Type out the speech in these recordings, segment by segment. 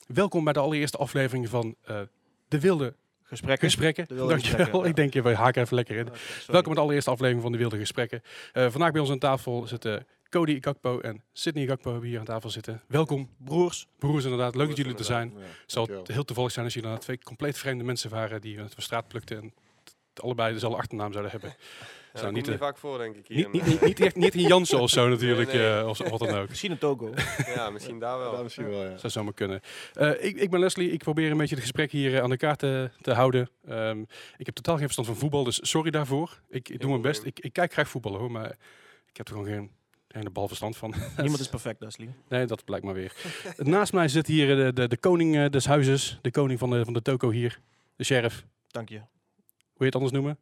Welkom bij de allereerste aflevering van De Wilde Gesprekken. Dankjewel. Ik denk, we haken even lekker in. Welkom bij de allereerste aflevering van De Wilde Gesprekken. Vandaag bij ons aan tafel zitten Cody Gakpo en Sydney Gakpo hebben hier aan tafel zitten. Welkom. Broers inderdaad. Leuk dat jullie er zijn. Het zal heel toevallig zijn als jullie dan twee compleet vreemde mensen waren die van straat plukten en allebei dezelfde achternaam zouden hebben. Ja, dat komt niet vaak voor, denk ik. Hier Niet een Jansen of zo natuurlijk, nee. Of wat dan ook. Misschien een Togo. Ja, misschien daar wel. Ja, misschien wel, ja. Zou zomaar kunnen. Ik ben Leslie, ik probeer een beetje het gesprek hier aan de kaart te houden. Ik heb totaal geen verstand van voetbal, dus sorry daarvoor. Ik doe mijn best. Ik kijk graag voetballen hoor, maar ik heb er gewoon geen balverstand van. Niemand is perfect, Leslie. Nee, dat blijkt maar weer. Naast mij zit hier de koning des huizes, de koning van de toko hier, de sheriff. Dank je. Hoe je het anders noemen?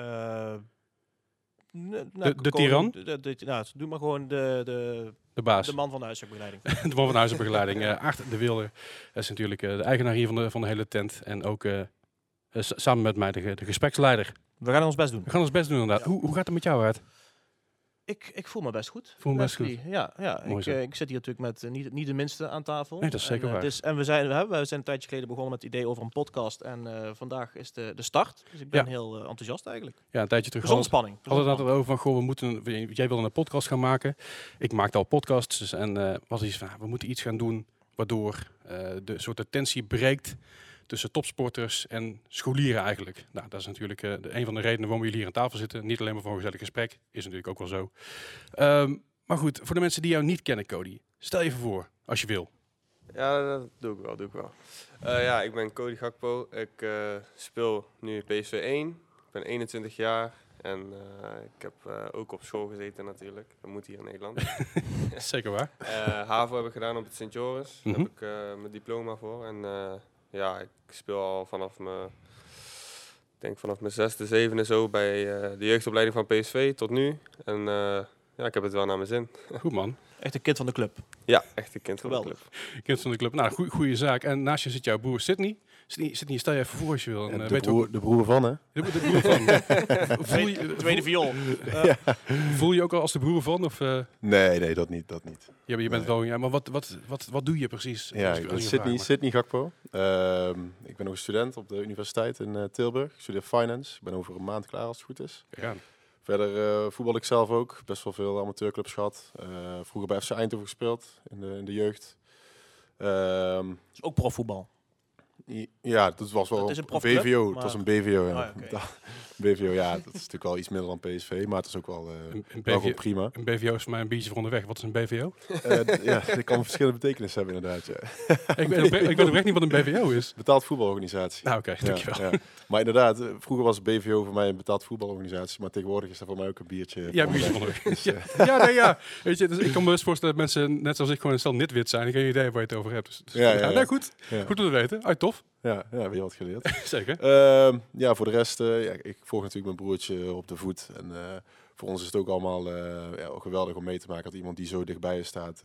De tiran? Doe maar gewoon de baas. De man van de huiswerkbegeleiding. De man van de huiswerkbegeleiding. Aart de Wilde is natuurlijk de eigenaar hier van de hele tent. En ook samen met mij de gespreksleider. We gaan ons best doen. We gaan ons best doen inderdaad. Ja. Hoe gaat het met jou uit? Ik voel me best goed. Voel me best goed? Ja. Ik zit hier natuurlijk met niet de minste aan tafel. Nee, dat is zeker waar. En we zijn een tijdje geleden begonnen met het idee over een podcast. En vandaag is de start. Dus ik ben heel enthousiast eigenlijk. Ja, een tijdje terug. Zonder spanning. Hadden we het over van, jij wilde een podcast gaan maken. Ik maakte al podcasts. En was iets van, we moeten iets gaan doen waardoor de soort tensie breekt tussen topsporters en scholieren eigenlijk. Nou, dat is natuurlijk een van de redenen waarom jullie hier aan tafel zitten. Niet alleen maar voor een gezellig gesprek. Is natuurlijk ook wel zo. Maar goed, voor de mensen die jou niet kennen, Cody. Stel je even voor, als je wil. Ja, dat doe ik wel. Ik ben Cody Gakpo. Ik speel nu PSV 1. Ik ben 21 jaar. En ik heb ook op school gezeten natuurlijk. Dat moet hier in Nederland. Zeker waar. HAVO heb ik gedaan op het Sint Joris. Daar heb ik mijn diploma voor. En ik speel al vanaf mijn 6e, 7e zo bij de jeugdopleiding van PSV tot nu. En ik heb het wel naar mijn zin. Goed man. Echt een kind van de club. Ja, echt een kind van de club. Kind van de club. Nou, goede zaak. En naast je zit jouw broer Sydney. Sydney, stel je even voor als je wil. De broer van, hè? De broer van. Tweede viool. Voel je ook al als de broer van? Of, Nee, dat niet. Ja, je bent wel... Ja, maar wat doe je precies? Ja, ik ben Sydney Gakpo. Ik ben nog een student op de universiteit in Tilburg. Ik studeer finance. Ik ben over een maand klaar als het goed is. Ja. Verder voetbal ik zelf ook. Best wel veel amateurclubs gehad. Vroeger bij FC Eindhoven gespeeld in de jeugd. Ook profvoetbal. Ja, dat was wel een BVO. Maar... Het was een BVO, ja. Okay. BVO, ja, dat is natuurlijk wel iets minder dan PSV, maar het is ook wel, wel prima. Een BVO is voor mij een biertje voor onderweg. Wat is een BVO? Dat kan verschillende betekenissen hebben inderdaad, ja. Ik weet oprecht niet wat een BVO is. Betaald voetbalorganisatie. Nou, oké, dankjewel. Ja. Maar inderdaad, vroeger was BVO voor mij een betaald voetbalorganisatie, maar tegenwoordig is dat voor mij ook een biertje. Ja, een biertje van onderweg. Dus, Weet je, dus ik kan me best voorstellen dat mensen, net zoals ik, gewoon een stel nitwit zijn. Ik heb geen idee waar je het over hebt. Dus, Nou, goed. Ja. Goed om te weten. Tof. Ja, weer wat geleerd. Zeker. Voor de rest, ik volg natuurlijk mijn broertje op de voet. En voor ons is het ook allemaal geweldig om mee te maken dat iemand die zo dichtbij je staat,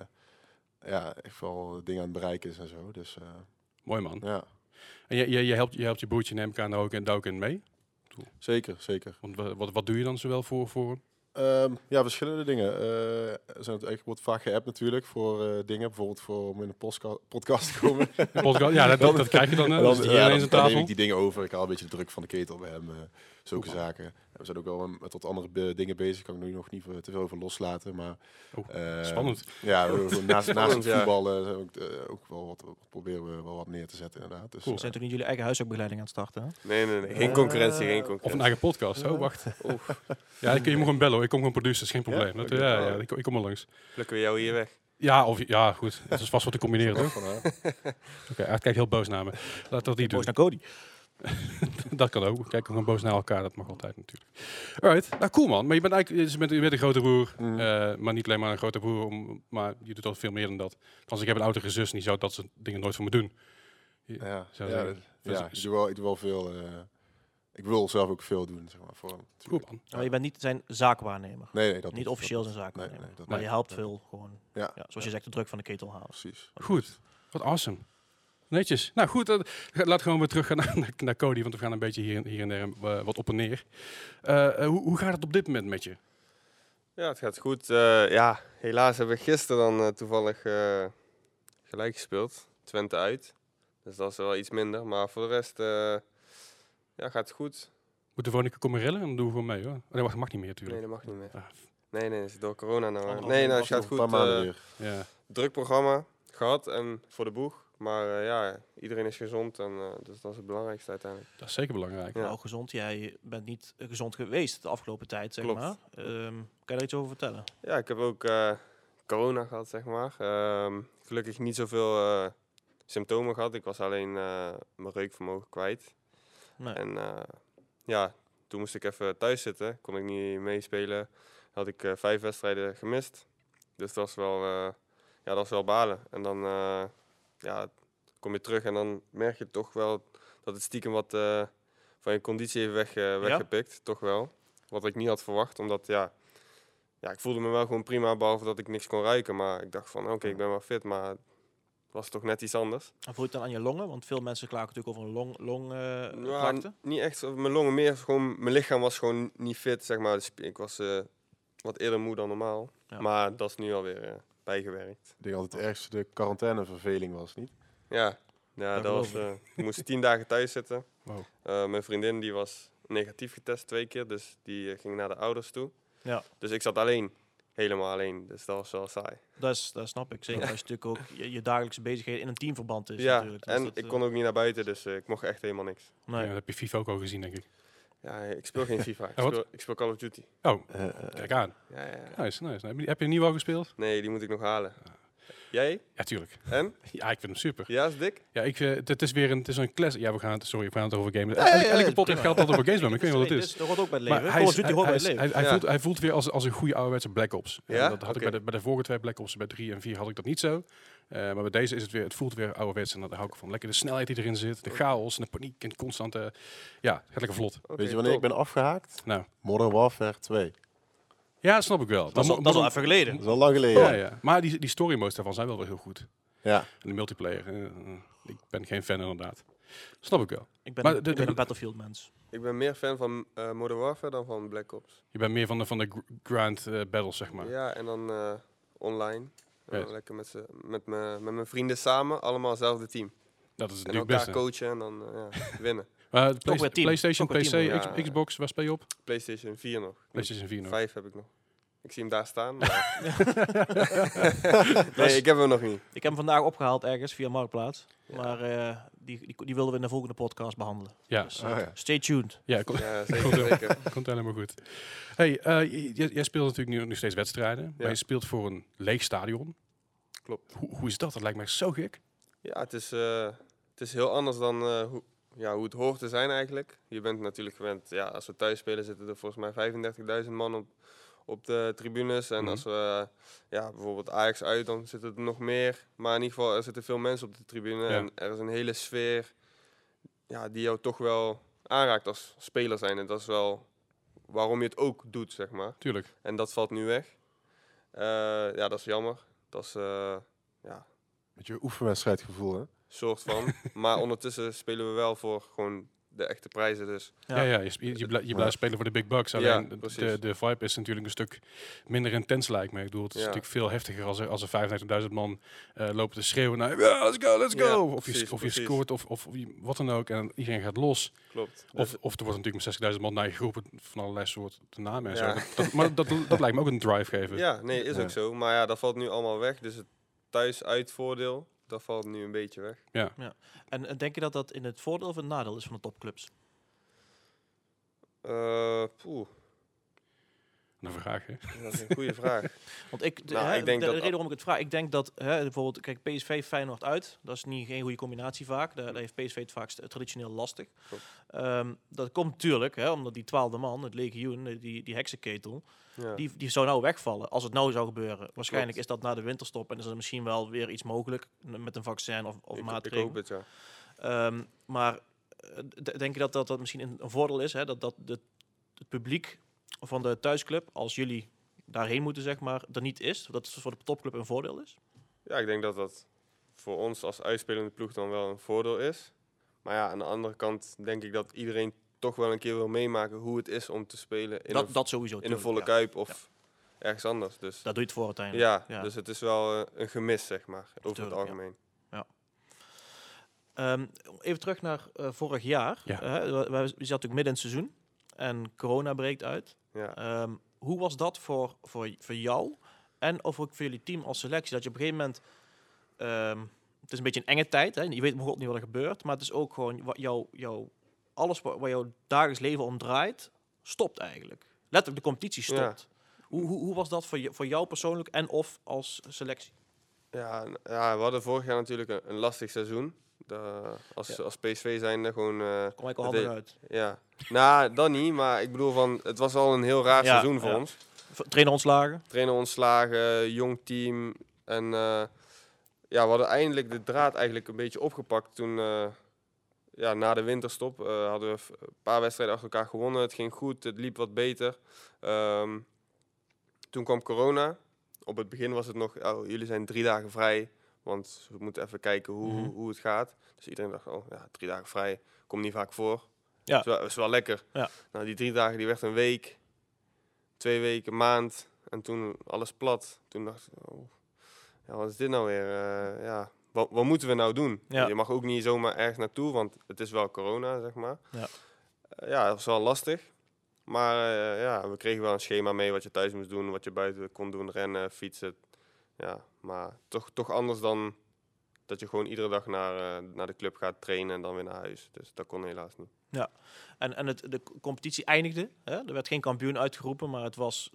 echt wel dingen aan het bereiken is en zo. Dus, mooi man. Ja. En je helpt je broertje neem ik aan daar ook in mee? Zeker. Want wat doe je dan zowel voor hem? Verschillende dingen. Er wordt vaak geappt natuurlijk voor dingen. Bijvoorbeeld om in een podcast te komen. Dat krijg je dan. Dan neem ik die dingen over. Ik haal een beetje de druk van de ketel bij hem. Zulke zaken. En we zijn ook wel met wat andere dingen bezig. Kan ik nu nog niet te veel over loslaten. Maar, spannend. Ja, naast het voetbal ook wel wat proberen we wel wat neer te zetten inderdaad. Dus, Zijn toch niet jullie eigen huiswerkbegeleiding aan het starten? Hè? Nee. Geen concurrentie. Of een eigen podcast. Wacht. Ja, je moet gewoon bellen hoor. Ik kom gewoon produceren, is geen probleem. Ja? Ik kom er langs. Plukken we jou hier weg? Ja, goed. Dat is vast wat te combineren, toch? Oké, Aart kijkt heel boos naar me. Laat dat niet doen. Boos naar Cody. Dat kan ook. Kijk gewoon boos naar elkaar. Dat mag altijd natuurlijk. Alright. Nou, cool man. Maar je bent eigenlijk je bent een grote broer. Maar niet alleen maar een grote broer. Maar je doet al veel meer dan dat. Als ik heb een oudere zus, die zou dat soort dingen nooit voor me doen. Ik doe wel veel... Ik wil zelf ook veel doen, zeg maar. Goed man. Maar je bent niet zijn zaakwaarnemer. Nee, dat niet officieel zijn zaakwaarnemer. Nee, maar je helpt veel gewoon. Ja. Zoals je zegt, de druk van de ketel halen. Precies. Goed. Wat awesome. Netjes. Nou goed, laat gewoon weer terug gaan naar Cody, want we gaan een beetje hier en daar wat op en neer. Hoe gaat het op dit moment met je? Ja, het gaat goed. Helaas hebben we gisteren dan toevallig gelijk gespeeld Twente uit. Dus dat is wel iets minder. Maar voor de rest gaat het goed. Moeten we gewoon een keer komen rillen? Dan doen we gewoon mee, hoor. Oh, nee, wacht, dat mag niet meer Nee, natuurlijk. dat mag niet meer. Ah, Nee, het is door corona nou. Anderhalf Nee, jaar het gaat Nog een goed. paar maanden weer. ja. Druk programma gehad en voor de boeg. Maar iedereen is gezond en dus dat is het belangrijkste uiteindelijk. Dat is zeker belangrijk. Ja. Nou, gezond. Jij bent niet gezond geweest de afgelopen tijd, zeg Klopt. maar. Kan je er iets over vertellen? Ja, ik heb ook corona gehad, zeg maar. Gelukkig niet zoveel symptomen gehad. Ik was alleen mijn reukvermogen kwijt. Nee. En toen moest ik even thuis zitten. Kon ik niet meespelen. Had ik 5 wedstrijden gemist. Dus dat was wel balen. En dan kom je terug en dan merk je toch wel dat het stiekem wat van je conditie heeft weggepikt. Toch wel. Wat ik niet had verwacht. Omdat ik voelde me wel gewoon prima, behalve dat ik niks kon ruiken. Maar ik dacht van oké, ik ben wel fit, maar het was toch net iets anders. En voel je het dan aan je longen? Want veel mensen klagen natuurlijk over een Ja, longklachten. niet echt over mijn longen, meer gewoon mijn lichaam was gewoon niet fit, zeg maar. Dus ik was wat eerder moe dan normaal. Ja. Maar dat is nu alweer bijgewerkt. Ik denk dat het ergste de quarantaineverveling was, niet? Ja, Dat dat was, geloof ik moest 10 dagen thuis zitten. Wow. Mijn vriendin die was negatief getest 2 keer, dus die ging naar de ouders toe. Ja. Dus ik zat helemaal alleen. Dus dat was wel saai. Dat snap ik. Zeker als je natuurlijk ook je dagelijkse bezigheden in een teamverband is. Ja, natuurlijk. Dus en dat, ik kon ook niet naar buiten, dus ik mocht echt helemaal niks. Nee. Ja, dat heb je FIFA ook al gezien, denk ik. Ja, ik speel geen FIFA. wat? Ik speel Call of Duty. Oh, kijk aan. Ja. Nice. Heb je een nieuwe al gespeeld? Nee, die moet ik nog halen. Jij? Ja, tuurlijk. En? Ja, ik vind hem super. Ja, is dik? Ja, het is weer een classic. Ja, we gaan het over games. Elke podcast gaat altijd over games, maar ik weet niet wat het is. Dat hoort ook bij het Maar leven. Call of Duty hoort bij het leven. hij voelt weer als een goede ouderwetse Black Ops. Ja? Dat had Oké. ik bij de vorige 2 Black Ops, bij 3 en 4 had ik dat niet zo. Maar bij deze is het voelt weer ouderwets en daar hou ik van. Lekker de snelheid die erin zit, de chaos en de paniek en constante. Ja, gaat lekker vlot. Oké, Weet je wanneer top. ik ben afgehaakt? Nou, Modern Warfare 2. ja, dat snap ik wel. Dat is al even geleden. Dat is al lang geleden. Ja. Maar die story modes daarvan zijn wel heel goed. Ja. En de multiplayer, ik ben geen fan inderdaad. Snap ik wel. Ik ben, Maar ik de- ben een Battlefield mens. Ik ben meer fan van Modern Warfare dan van Black Ops. Je bent meer van de grand battles, zeg maar. Ja, en dan online. En Right. dan lekker met mijn vrienden samen, allemaal hetzelfde team. Dat is En natuurlijk elkaar best. coachen en dan winnen. Toch weer team. PlayStation, Toch weer PC, team, ja. Xbox, waar speel je op? PlayStation 4 nog. PlayStation 4 nog. 5 heb ik nog. Ik zie hem daar staan. Maar nee, ik heb hem nog niet. Ik heb hem vandaag opgehaald ergens via Marktplaats. Ja. Maar die wilden we in de volgende podcast behandelen. Ja, Dus, Ah, ja. stay tuned. ja komt Ja, zeker. komt helemaal goed. Hey, jij speelt natuurlijk nu nog steeds wedstrijden, maar Ja. je speelt voor een leeg stadion. Klopt. Hoe is dat? Dat lijkt mij zo gek. Ja, het is heel anders dan hoe het hoort te zijn eigenlijk. Je bent natuurlijk gewend, als we thuis spelen zitten er volgens mij 35.000 man op de tribunes. En Mhm. als we bijvoorbeeld Ajax uit, dan zitten er nog meer. Maar in ieder geval, er zitten veel mensen op de tribune. Ja. En er is een hele sfeer die jou toch wel aanraakt als speler zijn. En dat is wel waarom je het ook doet, zeg maar. Tuurlijk. En dat valt nu weg. Dat is jammer. Dat is Met je oefenwedstrijdgevoel, hè? soort van. Maar ondertussen spelen we wel voor gewoon de echte prijzen. Dus Ja. Ja, je blijft spelen voor de big bucks. Alleen precies. de vibe is natuurlijk een stuk minder intens, lijkt me. Ik bedoel, het is Ja. natuurlijk veel heftiger als er 35.000 man lopen te schreeuwen naar let's go, let's go. Ja, Of je precies. scoort of wat dan ook. En iedereen gaat los. klopt. Of er wordt natuurlijk met 60.000 man naar je geroepen van allerlei soorten namen en Ja. zo. Maar dat lijkt me ook een drive geven. Ja, nee, is Ja. ook zo. Maar ja, dat valt nu allemaal weg. Dus het thuis-uit-voordeel, dat valt nu een beetje weg. En denk je dat dat in het voordeel of een nadeel is van de topclubs? Poeh, Een vraag, hè? dat is een goede vraag. Want ik Nou, ik denk de dat- reden waarom ik het vraag, ik denk dat bijvoorbeeld, kijk, PSV Feyenoord uit, dat is geen goede combinatie vaak. Daar heeft PSV het vaak traditioneel lastig. Klopt. Dat komt natuurlijk, omdat die 12e man, het legioen, die heksenketel, Ja. die zou nou wegvallen als het nou zou gebeuren. Waarschijnlijk Klopt. is dat na de winterstop en is er misschien wel weer iets mogelijk met een vaccin of ik maatregelen. hoop het, ja. Maar denk je dat misschien een voordeel is, dat het publiek van de thuisclub, als jullie daarheen moeten, zeg maar, er niet is? Dat het voor de topclub een voordeel is? Ja, ik denk dat dat voor ons als uitspelende ploeg dan wel een voordeel is. Maar ja, aan de andere kant denk ik dat iedereen toch wel een keer wil meemaken hoe het is om te spelen Dat sowieso. in een tuurlijk, volle ja. kuip of ergens anders. Dus Daar doe je het voor uiteindelijk. ja, dus het is wel een gemis, zeg maar, over Tuurlijk, het algemeen. Even terug naar vorig jaar. Ja. We zaten natuurlijk midden in het seizoen en corona breekt uit. Ja. Hoe was dat voor jou en of ook voor jullie team als selectie? Dat je op een gegeven moment... het is een beetje een enge tijd. Hè? Je weet bijvoorbeeld niet wat er gebeurt. Maar het is ook gewoon alles waar jouw dagelijks leven om draait, stopt eigenlijk. Letterlijk, de competitie stopt. Ja. Hoe was dat voor jou persoonlijk en of als selectie? Ja, we hadden vorig jaar natuurlijk een lastig seizoen. Als PSV zijnde gewoon... Kom ik al handig uit. Ja, nou, dat niet. Maar ik bedoel, het was al een heel raar seizoen voor ons. Trainer ontslagen, jong team. En we hadden eindelijk de draad eigenlijk een beetje opgepakt toen... na de winterstop hadden we een paar wedstrijden achter elkaar gewonnen. Het ging goed, het liep wat beter. Toen kwam corona. Op het begin was het nog, jullie zijn 3 dagen vrij. Want we moeten even kijken hoe het gaat. Dus iedereen dacht, 3 dagen vrij, komt niet vaak voor. Ja. Dat is wel lekker. Ja. Nou, die 3 dagen die werd een week, 2 weken, maand. En toen alles plat. Toen dacht ik, wat is dit nou weer? Wat moeten we nou doen? Ja. Je mag ook niet zomaar ergens naartoe, want het is wel corona, zeg maar. Ja. Dat was wel lastig. Maar we kregen wel een schema mee wat je thuis moest doen, wat je buiten kon doen, rennen, fietsen. Ja, maar toch anders dan dat je gewoon iedere dag naar de club gaat trainen en dan weer naar huis. Dus dat kon helaas niet. Ja, en de competitie eindigde. Hè? Er werd geen kampioen uitgeroepen, maar het was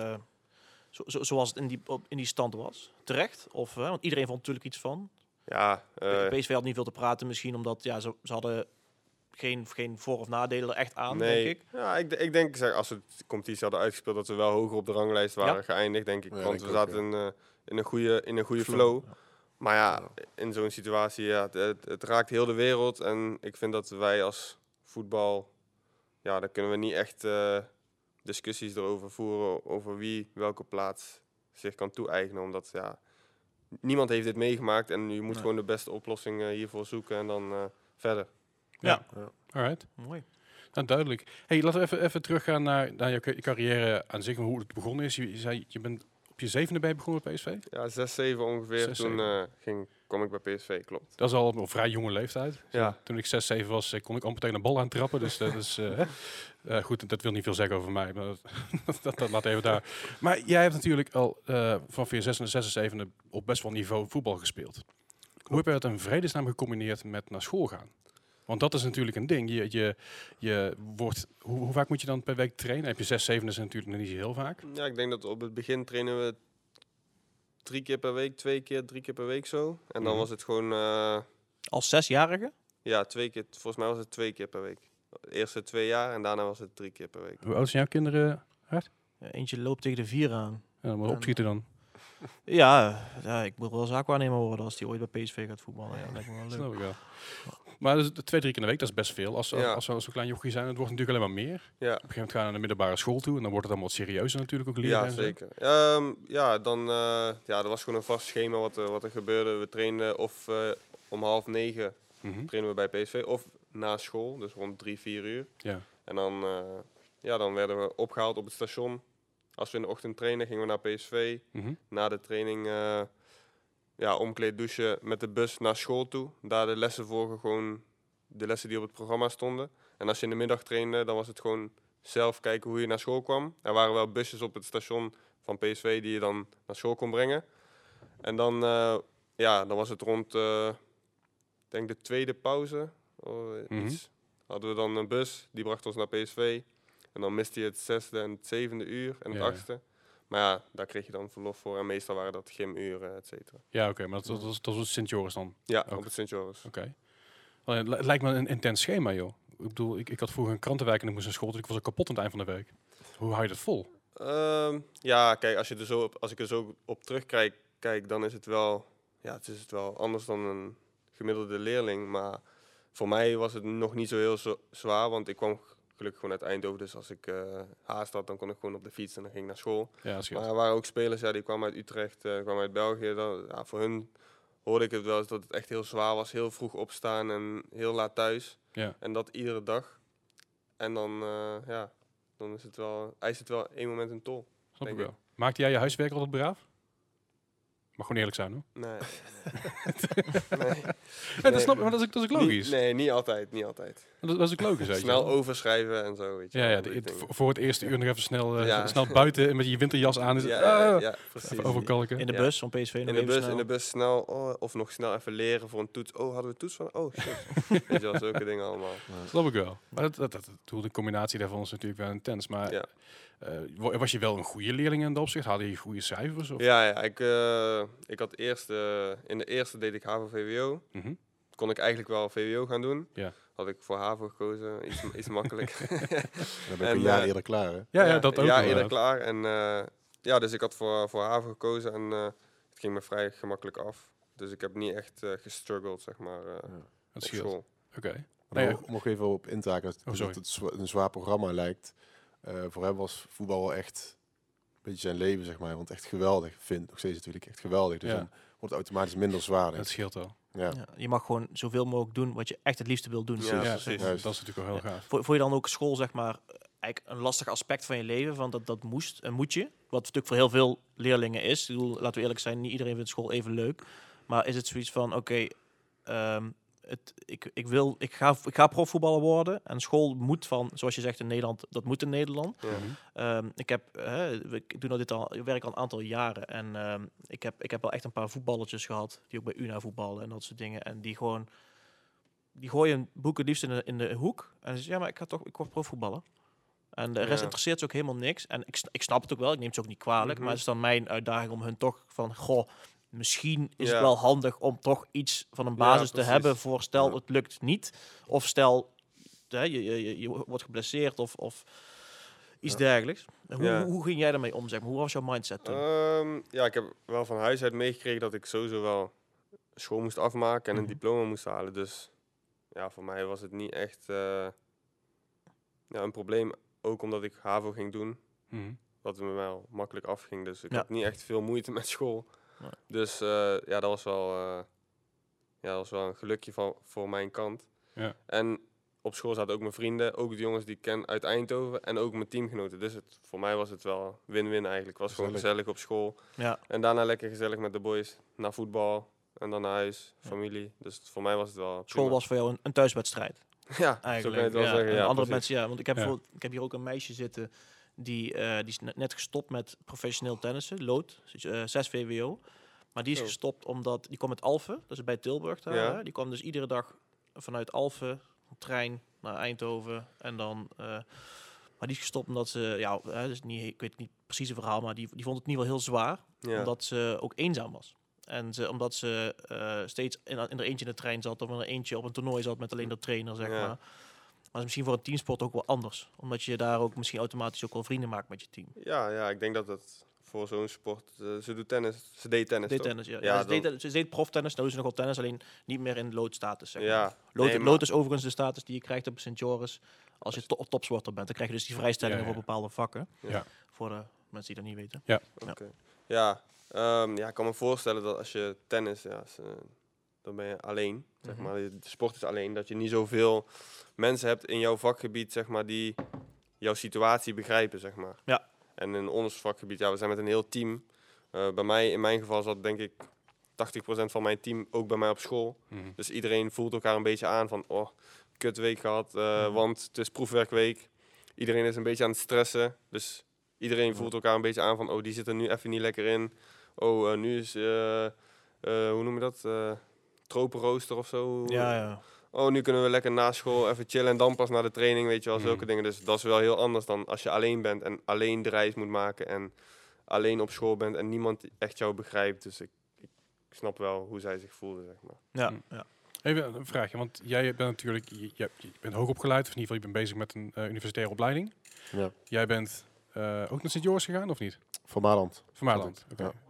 zoals het in die stand was. Terecht? Want iedereen vond natuurlijk iets van. Ja, PSV had niet veel te praten misschien, omdat ze hadden geen voor- of nadelen er echt aan, nee. denk ik. Ja, ik denk, als we de competitie hadden uitgespeeld, dat we wel hoger op de ranglijst waren geëindigd, denk ik. Ja, want denk we zaten in een goede flow. Ja. Maar in zo'n situatie, het raakt heel de wereld. En ik vind dat wij als voetbal, daar kunnen we niet echt discussies erover voeren, over wie welke plaats zich kan toe-eigenen. Omdat, niemand heeft dit meegemaakt en je moet gewoon de beste oplossing hiervoor zoeken en dan verder. Ja. Alright. Mooi. Nou, duidelijk. Hey, laten we even teruggaan naar je carrière aan zich, hoe het begonnen is. Je zei, je bent op je 7e bij begonnen bij PSV? Ja, 6, 7 ongeveer. 6, Toen kwam ik bij PSV, klopt. Dat is al op een vrij jonge leeftijd. Ja. Toen ik 6, 7 was, kon ik amper tegen een bal aantrappen. Dus dat is goed, dat wil niet veel zeggen over mij. Maar dat laat even daar. Maar jij hebt natuurlijk al vanaf je 6e en 6e, 7e op best wel niveau voetbal gespeeld. Hoe heb je dat in vredesnaam gecombineerd met naar school gaan? Want dat is natuurlijk een ding. Je wordt, hoe vaak moet je dan per week trainen? Heb je 6, 7 is natuurlijk nog niet zo heel vaak. Ja, ik denk dat op het begin trainen we 3 keer per week, 2 keer, 3 keer per week zo. En dan was het gewoon... Als 6-jarige? Ja, 2 keer. Volgens mij was het 2 keer per week. De eerste 2 jaar en daarna was het 3 keer per week. Hoe oud zijn jouw kinderen? Eentje loopt tegen de 4 aan. Ja, dan moet je opschieten dan. Ja, ik moet wel zaakwaarnemer worden als die ooit bij PSV gaat voetballen. Ja, dat lijkt me wel leuk. Snap ik wel. Maar dus 2, 3 keer in de week, dat is best veel. Als we zo'n klein jochie zijn, het wordt natuurlijk alleen maar meer. Ja. Op een gegeven moment gaan we naar de middelbare school toe en dan wordt het allemaal wat serieuzer natuurlijk ook leren. Ja, en zo. zeker. Er was gewoon een vast schema wat er gebeurde. We trainden of om 8:30 trainen we bij PSV of na school, dus rond 3, 4 uur. Ja. En dan werden we opgehaald op het station. Als we in de ochtend trainen, gingen we naar PSV. Na de training omkleed, douchen, met de bus naar school toe. Daar de lessen volgen, gewoon de lessen die op het programma stonden. En als je in de middag trainde, dan was het gewoon zelf kijken hoe je naar school kwam. Er waren wel busjes op het station van PSV die je dan naar school kon brengen. En dan was het rond, denk de tweede pauze. Iets. Hadden we dan een bus, die bracht ons naar PSV. En dan miste je het 6e en het 7e uur en het 8e. Maar daar kreeg je dan verlof voor. En meestal waren dat gymuren, et cetera. Ja, oké, maar dat was Sint-Joris dan? Ja, ook op het Sint-Joris. Oké. Het lijkt me een intens schema, joh. Ik bedoel, ik had vroeger een krantenwerk en ik moest naar school, dus ik was al kapot aan het eind van de week. Hoe hou je dat vol? Kijk, als ik er zo op terugkijk, dan is het wel anders dan een gemiddelde leerling. Maar voor mij was het nog niet zo heel zwaar, want ik kwam gelukkig gewoon uit Eindhoven. Dus als ik haast had, dan kon ik gewoon op de fiets en dan ging ik naar school. Ja, maar er waren ook spelers, die kwamen uit Utrecht, kwamen uit België. Voor hun hoorde ik het wel eens dat het echt heel zwaar was. Heel vroeg opstaan en heel laat thuis. Ja. En dat iedere dag. En dan is het wel, eist het wel één moment een tol. Snap ik wel. Maakte jij je huiswerk altijd braaf? Mag gewoon eerlijk zijn, hoor. Nee. Dat snap ik, maar dat is ook logisch. Niet altijd. Niet altijd. Dat is ook logisch, weet je Snel wel. overschrijven en zo, weet je Ja, wel, ja, die dingen. voor het eerste uur nog even Ja. snel buiten met je winterjas aan. Is Ja, precies. even overkalken. In de Ja. bus van PSV. nog In de even bus, snel. snel, of nog snel even leren voor een toets. Oh, hadden we toets van? Oh, shit. Weet je wel, zulke dingen allemaal. Snap ik wel. Maar de combinatie daarvan is natuurlijk wel intens. Maar Ja. was je wel een goede leerling in dat opzicht? Hadden je goede cijfers? Of? Ja, ik had eerst, in de eerste deed ik HAVO-VWO. Mhm. Kon ik eigenlijk wel VWO gaan doen. Ja. Had ik voor HAVO gekozen, iets makkelijk. Dan ben En, ik een jaar eerder klaar, hè? Ja, dat ook Ja, wel, eerder ja. klaar. En dus ik had voor HAVO gekozen en het ging me vrij gemakkelijk af. Dus ik heb niet echt gestruggeld, zeg maar, Dat op scheelt. school. Oké. Maar Nee, om nog even op in te haken, sorry. dat het een zwaar programma lijkt. Voor hem was voetbal wel echt een beetje zijn leven, zeg maar. Want echt geweldig, nog steeds natuurlijk echt geweldig. Dus Ja. dan wordt het automatisch minder zwaar. denk Dat ik. scheelt wel. Ja. Ja, je mag gewoon zoveel mogelijk doen wat je echt het liefste wil doen. Ja, Ja, precies. dat Juist. is natuurlijk wel heel gaaf. Vond je dan ook school, zeg maar, eigenlijk een lastig aspect van je leven? Want dat moest en moet je. Wat natuurlijk voor heel veel leerlingen is. Ik bedoel, laten we eerlijk zijn, niet iedereen vindt school even leuk. Maar is het zoiets van, oké, ik ga profvoetballer worden. En school moet van, zoals je zegt in Nederland, dat moet in Nederland. Ja. Mhm. Ik werk al een aantal jaren. En ik heb wel echt een paar voetballetjes gehad. Die ook bij UNA voetballen en dat soort dingen. En die gooien boeken liefst in de hoek. En ze zeggen, ja, maar ik word profvoetballer. En de rest Ja. interesseert ze ook helemaal niks. En ik snap het ook wel, ik neem het ook niet kwalijk. Mhm. Maar het is dan mijn uitdaging om hun toch van... Goh, misschien is Ja. het wel handig om toch iets van een Ja, basis te precies. hebben... voor stel Ja. het lukt niet. Of stel je wordt geblesseerd of iets Ja. dergelijks. Ja. Hoe ging jij daarmee om? Zeg maar? Hoe was jouw mindset toen? Ik heb wel van huis uit meegekregen dat ik sowieso wel school moest afmaken en een Mhm. diploma moest halen. Dus ja, voor mij was het niet echt een probleem. Ook omdat ik HAVO ging doen, Mhm. wat me wel makkelijk afging. Dus ik Ja. had niet echt veel moeite met school. Nee. Dus dat was wel een gelukje voor mijn kant. Ja. En op school zaten ook mijn vrienden, ook de jongens die ik ken uit Eindhoven en ook mijn teamgenoten. Dus voor mij was het wel win-win eigenlijk. Het was gewoon Gezellig. gezellig op school. Ja. En daarna lekker gezellig met de boys naar voetbal en dan naar huis, familie. Dus voor mij was het wel School prima. was voor jou een thuiswedstrijd. Ja, Eigenlijk. zo kan je het wel Ja, zeggen. en Ja, andere precies. mensen, want ik heb, Ja. bijvoorbeeld, ik heb hier ook een meisje zitten die is net gestopt met professioneel tennissen, lood, 6 VWO. Maar die is Zo. gestopt omdat die kwam uit Alphen, dat is bij Tilburg daar. Ja. Hè? Die kwam dus iedere dag vanuit Alphen trein naar Eindhoven en dan. Maar die is gestopt omdat ze, dus niet, ik weet het niet precies het verhaal, maar die vond het in ieder geval heel zwaar, Ja. omdat ze ook eenzaam was. En omdat ze steeds in er eentje in de trein zat of in er eentje op een toernooi zat met alleen de trainer, zeg Ja. maar. Maar is misschien voor een teamsport ook wel anders. Omdat je daar ook misschien automatisch ook wel vrienden maakt met je team. Ja, ik denk dat dat voor zo'n sport... ze deed tennis, Deed toch? tennis, ja. Ja, Ze deed proftennis, nou is ze nog wel tennis, alleen niet meer in loodstatus, zeg maar. Ja. Lood, Nee, maar- lood is overigens de status die je krijgt op St. Joris als je topsporter bent. Dan krijg je dus die vrijstellingen Ja, ja. voor bepaalde vakken. Ja. Voor de mensen die dat niet weten. Oké. Ik kan me voorstellen dat als je tennis, dan ben je alleen. Zeg Mhm. maar. De sport is alleen. Dat je niet zoveel mensen hebt in jouw vakgebied, zeg maar, die jouw situatie begrijpen, zeg maar. Ja. En in ons vakgebied, we zijn met een heel team. Bij mij, in mijn geval, zat denk ik 80% van mijn team ook bij mij op school. Mhm. Dus iedereen voelt elkaar een beetje aan van, oh, kutweek gehad, Mhm. want het is proefwerkweek. Iedereen is een beetje aan het stressen. Dus iedereen voelt elkaar een beetje aan van, oh, die zit er nu even niet lekker in. Oh, nu is, hoe noem je dat? Tropenrooster of zo. Ja. Oh, nu kunnen we lekker na school even chillen en dan pas naar de training, weet je wel, Mhm. zulke dingen. Dus dat is wel heel anders dan als je alleen bent en alleen de reis moet maken en alleen op school bent en niemand echt jou begrijpt. Dus ik snap wel hoe zij zich voelde, zeg maar. Ja. Even een vraagje, want jij bent natuurlijk je bent hoogopgeleid, of in ieder geval je bent bezig met een universitaire opleiding. Ja. Jij bent ook naar Sint-Joris gegaan, of niet? Van Maarland. Van Maarland. Ja. Oké.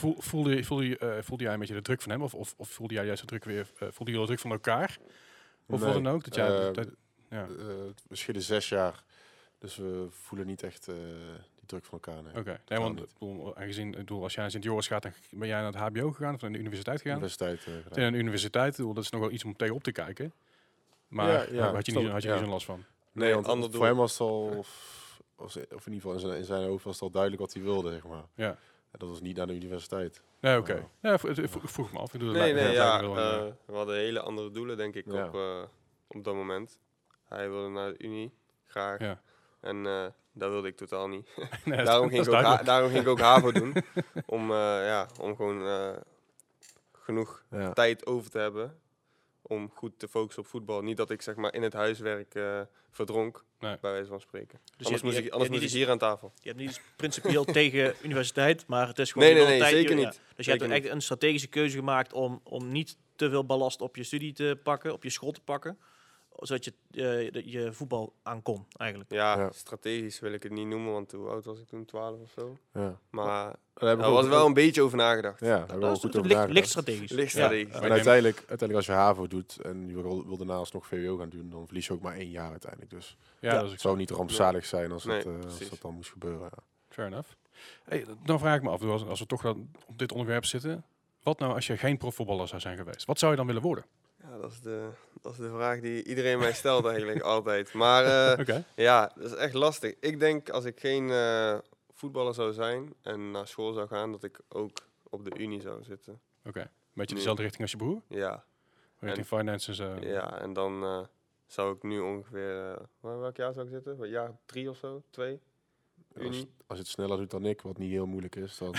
Voelde jij een beetje de druk van hem? Of voelde jij juist de druk weer? Voelde jullie de druk van elkaar? Of wat Nee, dan ook? Dat jij, we schillen 6 jaar. Dus we voelen niet echt die druk van elkaar. Nee. Oké. Nee, want als jij naar Sint-Joris gaat, dan ben jij naar het HBO gegaan of naar de universiteit gegaan? Universiteit gedaan. Tegen een universiteit, dat is nog wel iets om tegenop te kijken. Maar Ja, had je snap niet ik, zo'n last van? Nee, want ander voor doel. hem was het al, of in ieder geval in zijn hoofd was het al duidelijk wat hij wilde, zeg maar. Ja. Dat was niet naar de universiteit. Nee, oké. Ja, ik vroeg me af. Ik doe het Nee, lijkt me wel we hadden hele andere doelen, denk ik, Ja. op dat moment. Hij wilde naar de Unie, graag. Ja. En dat wilde ik totaal niet. Nee, daarom ging ik ook HAVO doen. Om gewoon genoeg tijd over te hebben om goed te focussen op voetbal. Niet dat ik zeg maar in het huiswerk verdronk, bij wijze van spreken. Dus Anders moest ik hier aan tafel. Je hebt niet iets principieel tegen universiteit, maar het is gewoon... Nee, zeker niet. Dus je hebt echt een strategische keuze gemaakt om niet te veel ballast op je studie te pakken, op je school te pakken, zodat je voetbal aan kon, eigenlijk. Ja, strategisch wil ik het niet noemen, want hoe oud was ik toen? 12 of zo. Ja. Maar daar was wel een beetje over nagedacht. Ja, daar hebben we Dat ook goed is over nagedacht. licht strategisch. Licht strategisch. En uiteindelijk als je HAVO doet en je wil daarnaast nog VWO gaan doen, dan verlies je ook maar 1 jaar uiteindelijk. Dus het zou niet rampzalig zijn als dat dan moest gebeuren. Ja. Fair enough. Hey, dan vraag ik me af, als we toch dan op dit onderwerp zitten, wat nou als je geen profvoetballer zou zijn geweest? Wat zou je dan willen worden? Ja, dat is de vraag die iedereen mij stelt eigenlijk altijd. Maar ja, dat is echt lastig. Ik denk als ik geen voetballer zou zijn en naar school zou gaan, dat ik ook op de Unie zou zitten. Oké. Beetje dezelfde richting als je broer? Ja. Richting finance en zo? Ja, en dan zou ik nu ongeveer... welk jaar zou ik zitten? Jaar 3 of zo? 2? Unie? Als je het sneller doet dan ik, wat niet heel moeilijk is, dan...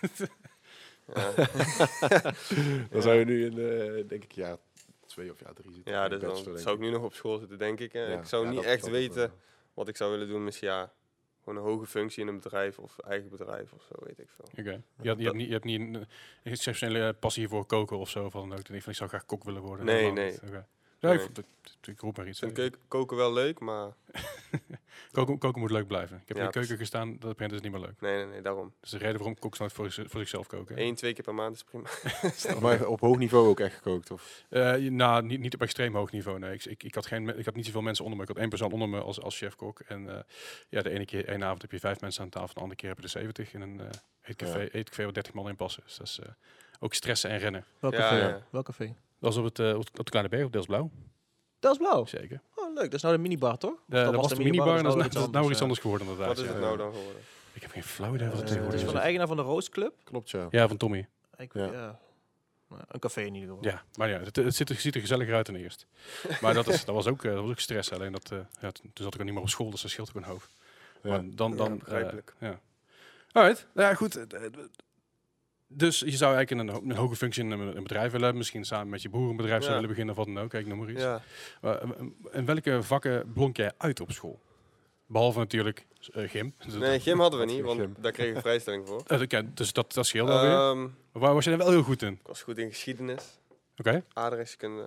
dan zou je nu in, denk ik, jaar 2 of jaar 3 zitten. Ja, dus dan zou ik nu nog op school zitten, denk ik. Ik zou niet echt weten wat ik zou willen doen. Misschien gewoon een hoge functie in een bedrijf of eigen bedrijf of zo, weet ik veel. Oké. Je hebt niet een exceptionele passie voor koken of zo? Van, ik zou graag kok willen worden. Nee. Okay. Ja, ik roep maar iets. Ik vind koken wel leuk, maar... koken moet leuk blijven. Ik heb in de keuken gestaan, dat begint dus niet meer leuk. Nee, daarom. Dus de reden waarom koks nooit voor zichzelf koken. 1-2 keer per maand is prima. Maar op hoog niveau ook echt gekookt? Of? Niet op extreem hoog niveau. Nee. Ik had niet zoveel mensen onder me. Ik had 1 persoon onder me als chef-kok. En de ene avond heb je 5 mensen aan tafel, de andere keer heb je er 70 in een eetcafé waar 30 man in passen. Dus dat is ook stressen en rennen. Welk café? Welk café? Dat was op de Kleine Berg, op Delftsblauw. Delftsblauw? Zeker. Oh, leuk. Dat is nou de minibar, toch? Dat was de minibar en dat is nou iets anders geworden inderdaad. Wat is het nou dan geworden? Ik heb geen flauw idee wat het tegenwoordig is. is. Van de eigenaar van de Roast Club? Klopt, ja. Ja, van Tommy. Een café in ieder geval. Ja, maar ja, het ziet er gezelliger uit dan eerst. Maar dat was ook stress. Alleen toen zat ik ook niet meer op school, dus dat scheelt ook een hoofd. Ja. Maar dan begrijpelijk. Alright. Ja, goed. Dus je zou eigenlijk in een hoge functie in een bedrijf willen hebben. Misschien samen met je broer een bedrijf zou willen beginnen of wat dan ook. Kijk, noem maar iets. Ja. In welke vakken blonk jij uit op school? Behalve natuurlijk gym. Nee, gym hadden we niet, want daar kreeg ik vrijstelling voor. Dus dat scheelt alweer. Waar was je dan wel heel goed in? Ik was goed in geschiedenis. Oké. Aardrijkskunde.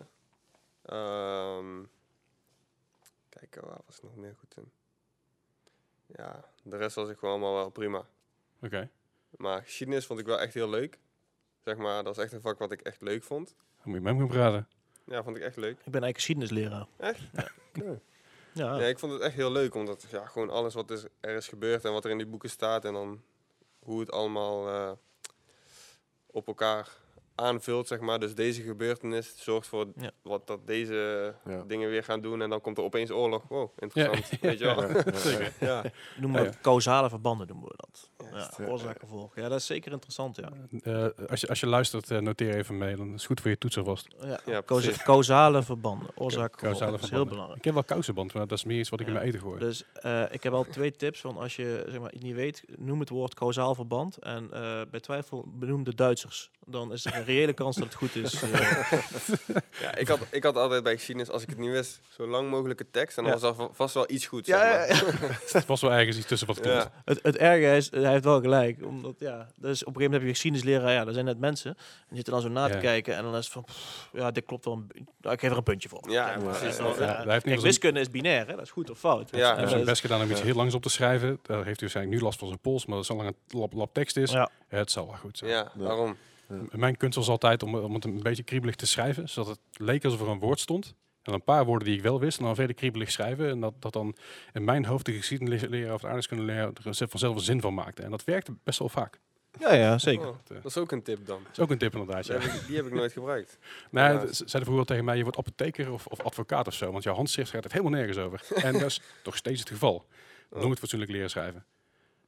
Kijk, waar was ik nog meer goed in? Ja, de rest was ik gewoon allemaal wel prima. Oké. Maar geschiedenis vond ik wel echt heel leuk. Zeg maar, dat is echt een vak wat ik echt leuk vond. Dan moet je met hem gaan praten. Ja, vond ik echt leuk. Ik ben eigenlijk geschiedenisleraar. Echt? Ja. Ja, ik vond het echt heel leuk, omdat gewoon alles wat er is gebeurd en wat er in die boeken staat en dan hoe het allemaal op elkaar aanvult, zeg maar. Dus deze gebeurtenis zorgt voor wat dat deze dingen weer gaan doen en dan komt er opeens oorlog. Wow, interessant. Weet je wel? Zeker. Ja. Noemen we causale verbanden, noemen we dat. Ja, oorzaak gevolg. Ja, dat is zeker interessant, ja. Als je luistert, noteer even mee. Dan is het goed voor je toets alvast. Ja, causale verbanden. Oorzaak gevolg. Dat is heel belangrijk. Ik heb wel kousenband, maar dat is meer iets wat ik in mijn eten gooi. Dus ik heb al 2 tips van als je zeg maar iets niet weet, noem het woord causaal verband. En bij twijfel benoem de Duitsers. Dan is er een reële kans dat het goed is. Ja, ik had altijd bij geschiedenis, als ik het niet wist, zo lang mogelijke tekst. En dan was er vast wel iets goed. Het was wel ergens iets tussen wat klopt. Ja. Het erge is, hij heeft wel gelijk. Omdat, dus op een gegeven moment heb je geschiedenisleraar, dat zijn net mensen. En die zitten dan zo na te kijken. En dan is het van, dit klopt wel. Ik geef er een puntje voor. Ja, precies. Kijk, wiskunde is binair, hè? Dat is goed of fout. Ja. Hij heeft zijn best gedaan om iets heel langs op te schrijven. Daar heeft hij waarschijnlijk nu last van zijn pols, maar dat zolang het lab tekst is, het zal wel goed zijn. Ja, waarom? Mijn kunst was altijd om het een beetje kriebelig te schrijven, zodat het leek alsof er een woord stond. En een paar woorden die ik wel wist, en dan verder kriebelig schrijven. En dat dan in mijn hoofd de geschiedenisleraar of de aardrijkskundeleraar er vanzelf een zin van maakte. En dat werkte best wel vaak. Ja, zeker. Oh, dat is ook een tip dan. Dat is ook een tip inderdaad, ja. Die heb ik nooit gebruikt. Nee, zeiden vroeger tegen mij, je wordt apotheker of advocaat of zo. Want jouw handschrift gaat het helemaal nergens over. En dat is toch steeds het geval. Noem het fatsoenlijk leren schrijven.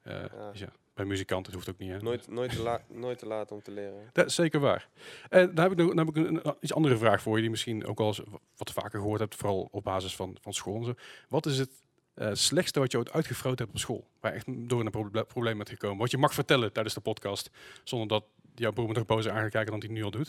Dus ja, bij muzikanten hoeft het ook niet. Hè? Nooit te laat om te leren. Dat is zeker waar. Daar heb ik een iets andere vraag voor je, die misschien ook al eens wat vaker gehoord hebt, vooral op basis van school en zo. Wat is het slechtste wat je ooit uitgefroten hebt op school? Waar je echt door een probleem bent gekomen? Wat je mag vertellen tijdens de podcast, zonder dat jouw broer me nog boos aangekijken dan hij nu al doet?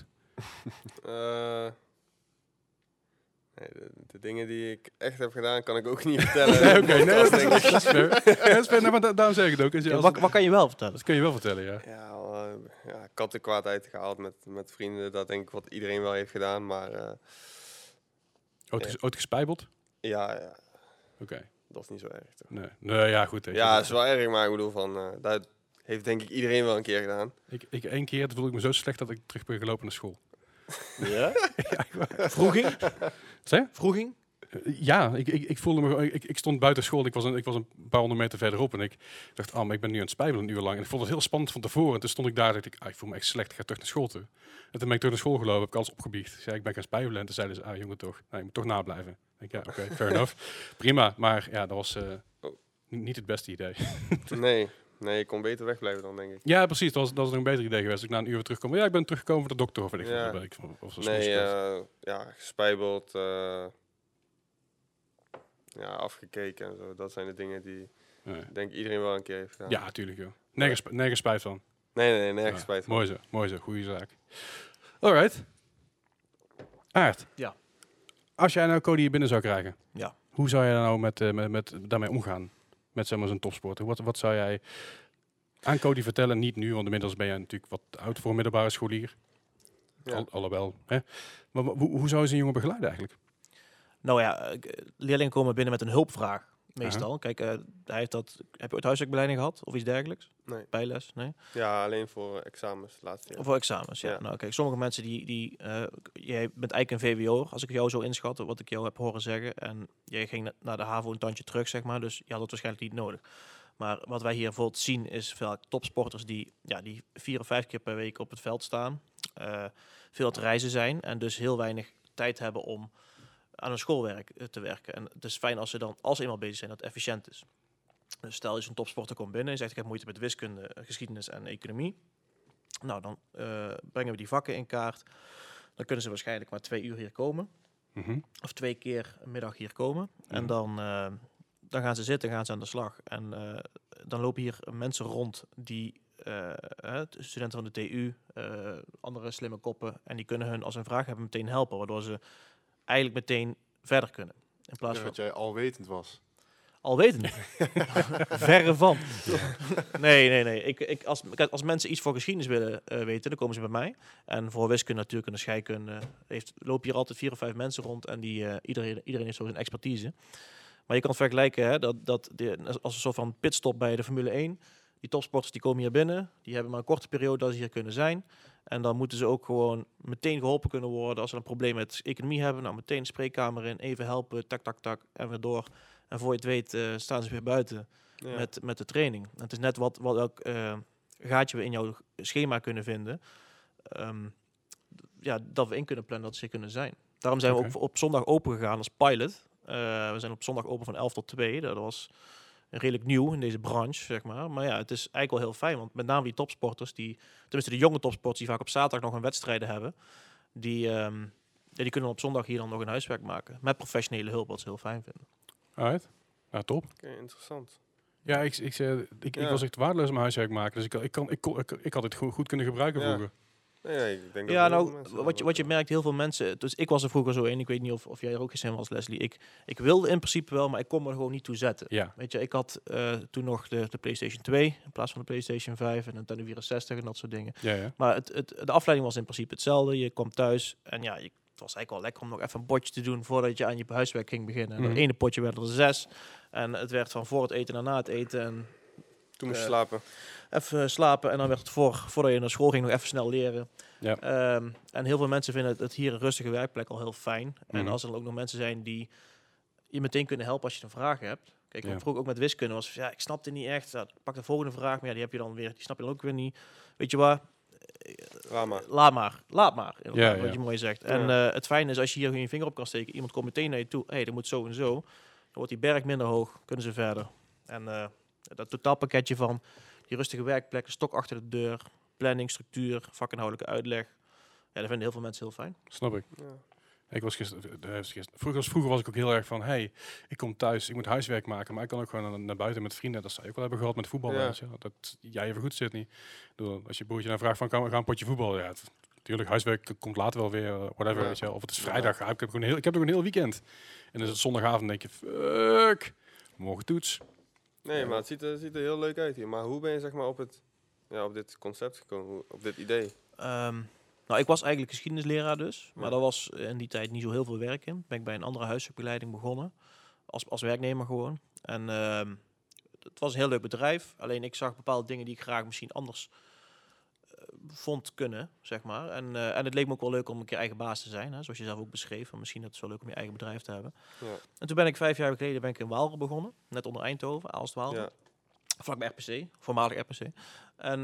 Nee, de dingen die ik echt heb gedaan, kan ik ook niet vertellen. Oké, dat is fair. Dat is fair. Nou, maar daarom zeg ik het ook. Wat kan je wel vertellen? Dat kun je wel vertellen, ja. Ja, kattenkwaad uitgehaald met vrienden. Dat denk ik wat iedereen wel heeft gedaan. Maar Ooit gespijbeld? ja. Oké. Dat is niet zo erg, toch? Nee, ja, goed. Ja, dat is wel erg, maar ik bedoel dat heeft denk ik iedereen wel een keer gedaan. Ik 1 keer voelde ik me zo slecht dat ik terug ben gelopen naar school. Ja? Ja, Vroeging? Zeg? Vroeging? Ja, ik voelde me. Ik stond buiten school. Ik was een paar 100 meter verderop en ik dacht, maar ik ben nu aan het spijbelen een uur lang. En ik vond het heel spannend van tevoren. En toen stond ik daar en dacht ik, ik voel me echt slecht. Ik ga terug naar school toe. En toen ben ik terug naar school gelopen, heb ik alles opgebiecht. Ik zei, ik ben gaan spijbelen. En toen zeiden ze, jongen toch, je moet toch nablijven. Ik denk, oké, fair enough. Prima, maar ja, dat was niet het beste idee. Nee, ik kon beter wegblijven dan, denk ik. Ja, precies. Dat was nog een beter idee geweest. Ik na een uur weer terugkom. Ja, ik ben teruggekomen voor de dokter of weet ik veel. Of gespijbeld. Afgekeken en zo. Dat zijn de dingen die denk ik iedereen wel een keer heeft gedaan. Ja, natuurlijk joh. Nergens spijt van. Nee, nergens spijt van. Mooi zo. Goeie zaak. Alright. Aart. Ja. Als jij nou Cody hier binnen zou krijgen. Ja. Hoe zou jij nou met daarmee omgaan? Met zeg maar zo'n topsporter. Wat zou jij aan Cody vertellen? Niet nu, want inmiddels ben jij natuurlijk wat oud voor een middelbare scholier. Ja. Alhoewel. Hè? Maar hoe zou je zo'n jongen begeleiden eigenlijk? Nou ja, leerlingen komen binnen met een hulpvraag. Meestal. Kijk, heb je ooit huiswerkbegeleiding gehad? Of iets dergelijks? Nee. Bijles? Nee? Ja, alleen voor examens het laatste jaar. Of voor examens, ja. Nou, kijk, sommige mensen jij bent eigenlijk een VWO'er, als ik jou zo inschat, wat ik jou heb horen zeggen. En jij ging naar de HAVO een tandje terug, zeg maar. Dus je had het waarschijnlijk niet nodig. Maar wat wij hier bijvoorbeeld zien is veel topsporters die 4 of 5 keer per week op het veld staan. Veel te reizen zijn en dus heel weinig tijd hebben om aan hun schoolwerk te werken. En het is fijn als ze eenmaal bezig zijn, dat het efficiënt is. Dus stel je zo'n topsporter komt binnen en zegt ik heb moeite met wiskunde, geschiedenis en economie. Nou, dan brengen we die vakken in kaart. Dan kunnen ze waarschijnlijk maar 2 uur hier komen. Mm-hmm. Of 2 keer een middag hier komen. Mm-hmm. En dan gaan ze zitten, gaan ze aan de slag. En dan lopen hier mensen rond die studenten van de TU, andere slimme koppen. En die kunnen hun als een vraag hebben meteen helpen. Waardoor ze eigenlijk meteen verder kunnen. In plaats van dat jij alwetend was. Alwetend? Verre van. Nee. Als mensen iets voor geschiedenis willen weten, dan komen ze bij mij. En voor wiskunde, natuurkunde, scheikunde lopen hier altijd 4 of 5 mensen rond. En iedereen heeft zo zijn expertise. Maar je kan het vergelijken als een soort van pitstop bij de Formule 1. Die topsporters die komen hier binnen. Die hebben maar een korte periode dat ze hier kunnen zijn. En dan moeten ze ook gewoon meteen geholpen kunnen worden. Als ze een probleem met economie hebben, nou meteen de spreekkamer in. Even helpen, tak, en weer door. En voor je het weet staan ze weer buiten met de training. En het is net welk gaatje we in jouw schema kunnen vinden. Dat we in kunnen plannen dat ze kunnen zijn. Daarom zijn we ook op zondag open gegaan als pilot. We zijn op zondag open van 11 tot 2. Dat was redelijk nieuw in deze branche, zeg maar. Maar ja, het is eigenlijk wel heel fijn. Want met name die topsporters, tenminste de jonge topsporters die vaak op zaterdag nog een wedstrijden hebben, die kunnen op zondag hier dan nog een huiswerk maken. Met professionele hulp, wat ze heel fijn vinden. Alright. Ja, top. Oké, interessant. Ja, ik was echt waardeloos mijn huiswerk maken. Dus ik had het goed kunnen gebruiken vroeger. Nee, ik denk wat je merkt, heel veel mensen. Dus ik was er vroeger zo in. Ik weet niet of jij er ook gezien was, Leslie. Ik wilde in principe wel, maar ik kon me er gewoon niet toe zetten. Ja. Weet je, ik had toen nog de PlayStation 2 in plaats van de PlayStation 5 en een Nintendo 64 en dat soort dingen. Ja. Maar de afleiding was in principe hetzelfde. Je kwam thuis en het was eigenlijk wel lekker om nog even een potje te doen voordat je aan je huiswerk ging beginnen. En dat ene potje werd er 6 en het werd van voor het eten en na het eten. En toen moest je slapen. Even slapen en dan werd het voordat je naar school ging nog even snel leren. Ja. En heel veel mensen vinden het hier een rustige werkplek al heel fijn. En als er ook nog mensen zijn die je meteen kunnen helpen als je een vraag hebt. Kijk, vroeger ook met wiskunde was ik snapte niet echt. Pak de volgende vraag, maar die heb je dan weer, die snap je dan ook weer niet. Weet je waar? Laat maar. Wat je mooi zegt. En het fijne is als je hier je vinger op kan steken, iemand komt meteen naar je toe. Dat moet zo en zo. Dan wordt die berg minder hoog, kunnen ze verder. En Dat totaalpakketje van die rustige werkplek, stok achter de deur, planning, structuur, vakinhoudelijke uitleg. Ja, dat vinden heel veel mensen heel fijn. Snap ik. Ja. Ik was vroeger was ik ook heel erg van, hey, ik kom thuis, ik moet huiswerk maken, maar ik kan ook gewoon naar buiten met vrienden. Dat zou je ook wel hebben gehad met voetbal. Ja. Weet je, dat jij even goed zit niet. Als je broertje naar vraagt van, gaan we een potje voetbal? Ja, natuurlijk, huiswerk komt later wel weer, whatever. Ja. Weet je, of het is vrijdag, ik heb ook een heel weekend. En dan is het zondagavond, denk je, fuck, morgen toets. Nee, maar het ziet er heel leuk uit hier. Maar hoe ben je zeg maar op dit concept gekomen, op dit idee? Nou, ik was eigenlijk geschiedenisleraar dus. Maar Ja. daar was in die tijd niet zo heel veel werk in. Ben ik bij een andere huiswerkbegeleiding begonnen. Als werknemer gewoon. En het was een heel leuk bedrijf. Alleen ik zag bepaalde dingen die ik graag misschien anders vond kunnen, zeg maar. En het leek me ook wel leuk om een keer eigen baas te zijn. Hè, zoals je zelf ook beschreef. En misschien dat het zo leuk om je eigen bedrijf te hebben. Ja. En toen ben ik 5 jaar geleden in Waalre begonnen. Net onder Eindhoven, Aalst-Waalre. Ja. Vlak bij RPC, voormalig RPC. En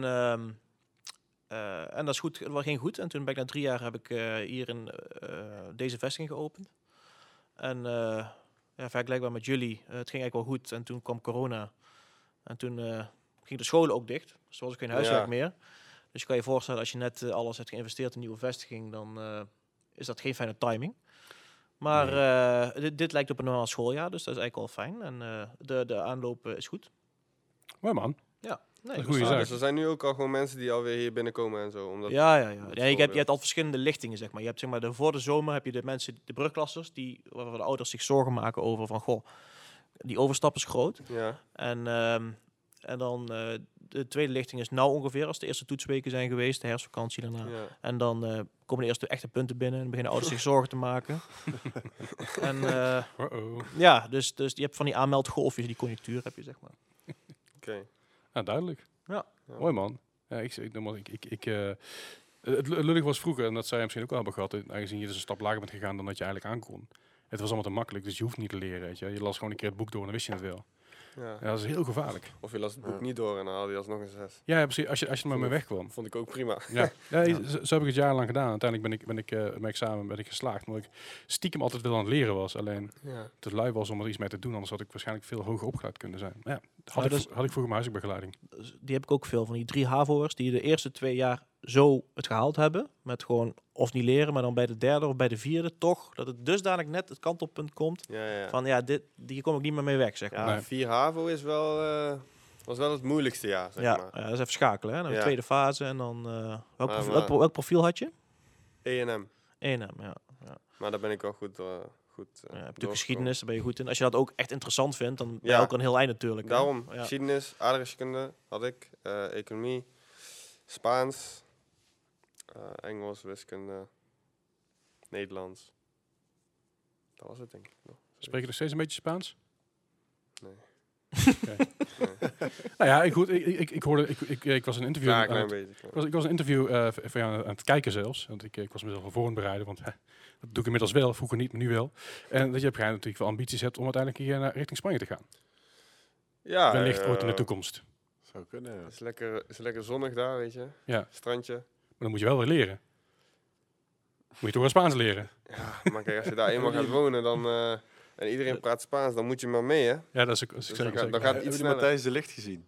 dat is goed, dat ging goed. En toen ben ik na 3 jaar heb ik hier in deze vestiging geopend. En vergelijkbaar met jullie, het ging eigenlijk wel goed. En toen kwam corona. En toen ging de scholen ook dicht. Dus er was ook geen huiswerk meer. Dus je kan je voorstellen, als je net alles hebt geïnvesteerd in een nieuwe vestiging, dan is dat geen fijne timing. Maar dit lijkt op een normaal schooljaar, dus dat is eigenlijk wel fijn. En de aanloop is goed. Mooi man. Nee, een goede Ah, zaak. dus er zijn nu ook al gewoon mensen die alweer hier binnenkomen en zo. Omdat Ja. dat Je hebt al verschillende lichtingen, zeg maar. Je hebt zeg maar voor de zomer heb je de mensen, de brugklassers, waarvan de ouders zich zorgen maken over van, goh, die overstap is groot. Ja. En dan de tweede lichting is nou ongeveer als de eerste toetsweken zijn geweest, de herfstvakantie daarna. Ja. En dan komen de eerste echte punten binnen en beginnen ouders zich zorgen te maken. En ja, dus je hebt van die aanmeldgolfjes, die conjunctuur heb je, zeg maar. Oké. Nou, duidelijk. Ja. Mooi man. Ja, het lullig was vroeger, en dat zou je misschien ook wel hebben gehad, aangezien je dus een stap lager bent gegaan dan dat je eigenlijk aankon. Het was allemaal te makkelijk, dus je hoeft niet te leren. Weet je. Je las gewoon een keer het boek door en dan wist je het wel. Ja. Ja, dat is heel gevaarlijk. Of je las het boek niet door en dan haalde je alsnog een 6. Ja, precies. Als je er maar mee wegkwam. Vond ik ook prima. Ja, zo heb ik het jarenlang gedaan. Uiteindelijk ben ik mijn examen geslaagd, omdat ik stiekem altijd wel aan het leren was. Alleen Ja. te lui was om er iets mee te doen, anders had ik waarschijnlijk veel hoger opgeleid kunnen zijn. Maar ja, had ik vroeger mijn huiswerkbegeleiding. Die heb ik ook veel van die 3 HAVO'ers die de eerste 2 jaar zo het gehaald hebben. Met gewoon of niet leren, maar dan bij de derde of bij de vierde toch. Dat het dusdanig net het kantelpunt komt. Ja. Van ja, hier kom ik niet meer mee weg, zeg maar. Ja, Nee. 4 HAVO is was wel het moeilijkste jaar, zeg maar. Ja, dat is even schakelen. Hè? Dan de Ja. tweede fase en dan... Maar- welk profiel had je? E&M. E&M, ja. Maar daar ben ik wel goed Je hebt natuurlijk doorgekomen. geschiedenis, daar ben je goed in. Als je dat ook echt interessant vindt, dan ben je Ja. ook een heel eind natuurlijk. hè. Daarom, Ja. geschiedenis, aardrijkskunde had ik, economie, Spaans, Engels, wiskunde, Nederlands. Dat was het denk ik nog. Spreek je nog steeds een beetje Spaans? Nee. Okay. Nou ja, ik hoorde, ik was een interview. Ja, een aan klein het- beetje. ik was een interview van jou aan het kijken zelfs. Want ik was mezelf al voor aan het bereiden. Want dat doe ik inmiddels wel. Vroeger niet, maar nu wel. En dat je natuurlijk wel ambities hebt om uiteindelijk hier richting Spanje te gaan. Ja, Wellicht ooit in de toekomst. Zou kunnen, ja. Het is lekker zonnig daar, weet je. Ja. Strandje. Maar dan moet je wel weer leren. Moet je toch wel Spaans leren. Ja, maar kijk, als je daar eenmaal gaat wonen, dan... en iedereen praat Spaans, dan moet je maar mee, hè. Ja, dat is ook Dus zeker. dan zeker. gaat het Hebben iets jullie sneller. Matthijs de Licht gezien?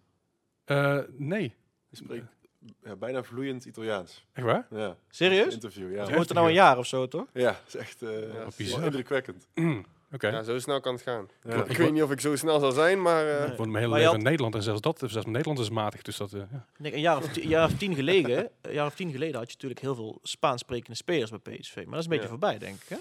Nee. Die spreekt bijna vloeiend Italiaans. Echt waar? Ja. Serieus? Een interview, ja. Je woont er nou een jaar of zo, toch? Ja, het is echt bizar. wel indrukwekkend. Oké. Ja, zo snel kan het gaan. Ja. Ik weet niet of ik zo snel zal zijn, maar... Nee. Ik woon mijn hele Maar je leven had- in Nederland. En zelfs mijn Nederlands is matig. Dus dat... ja. Ik denk, een jaar of 10 geleden had je natuurlijk heel veel Spaans sprekende spelers bij PSV. Maar dat is een beetje Ja. voorbij, denk ik. Hè?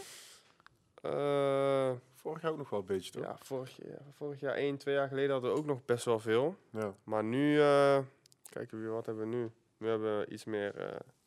Vorig jaar ook nog wel een beetje, toch? Ja, vorig jaar, 1-2 jaar geleden hadden we ook nog best wel veel. Ja. Maar nu, kijken wat hebben we nu? Nu hebben we iets meer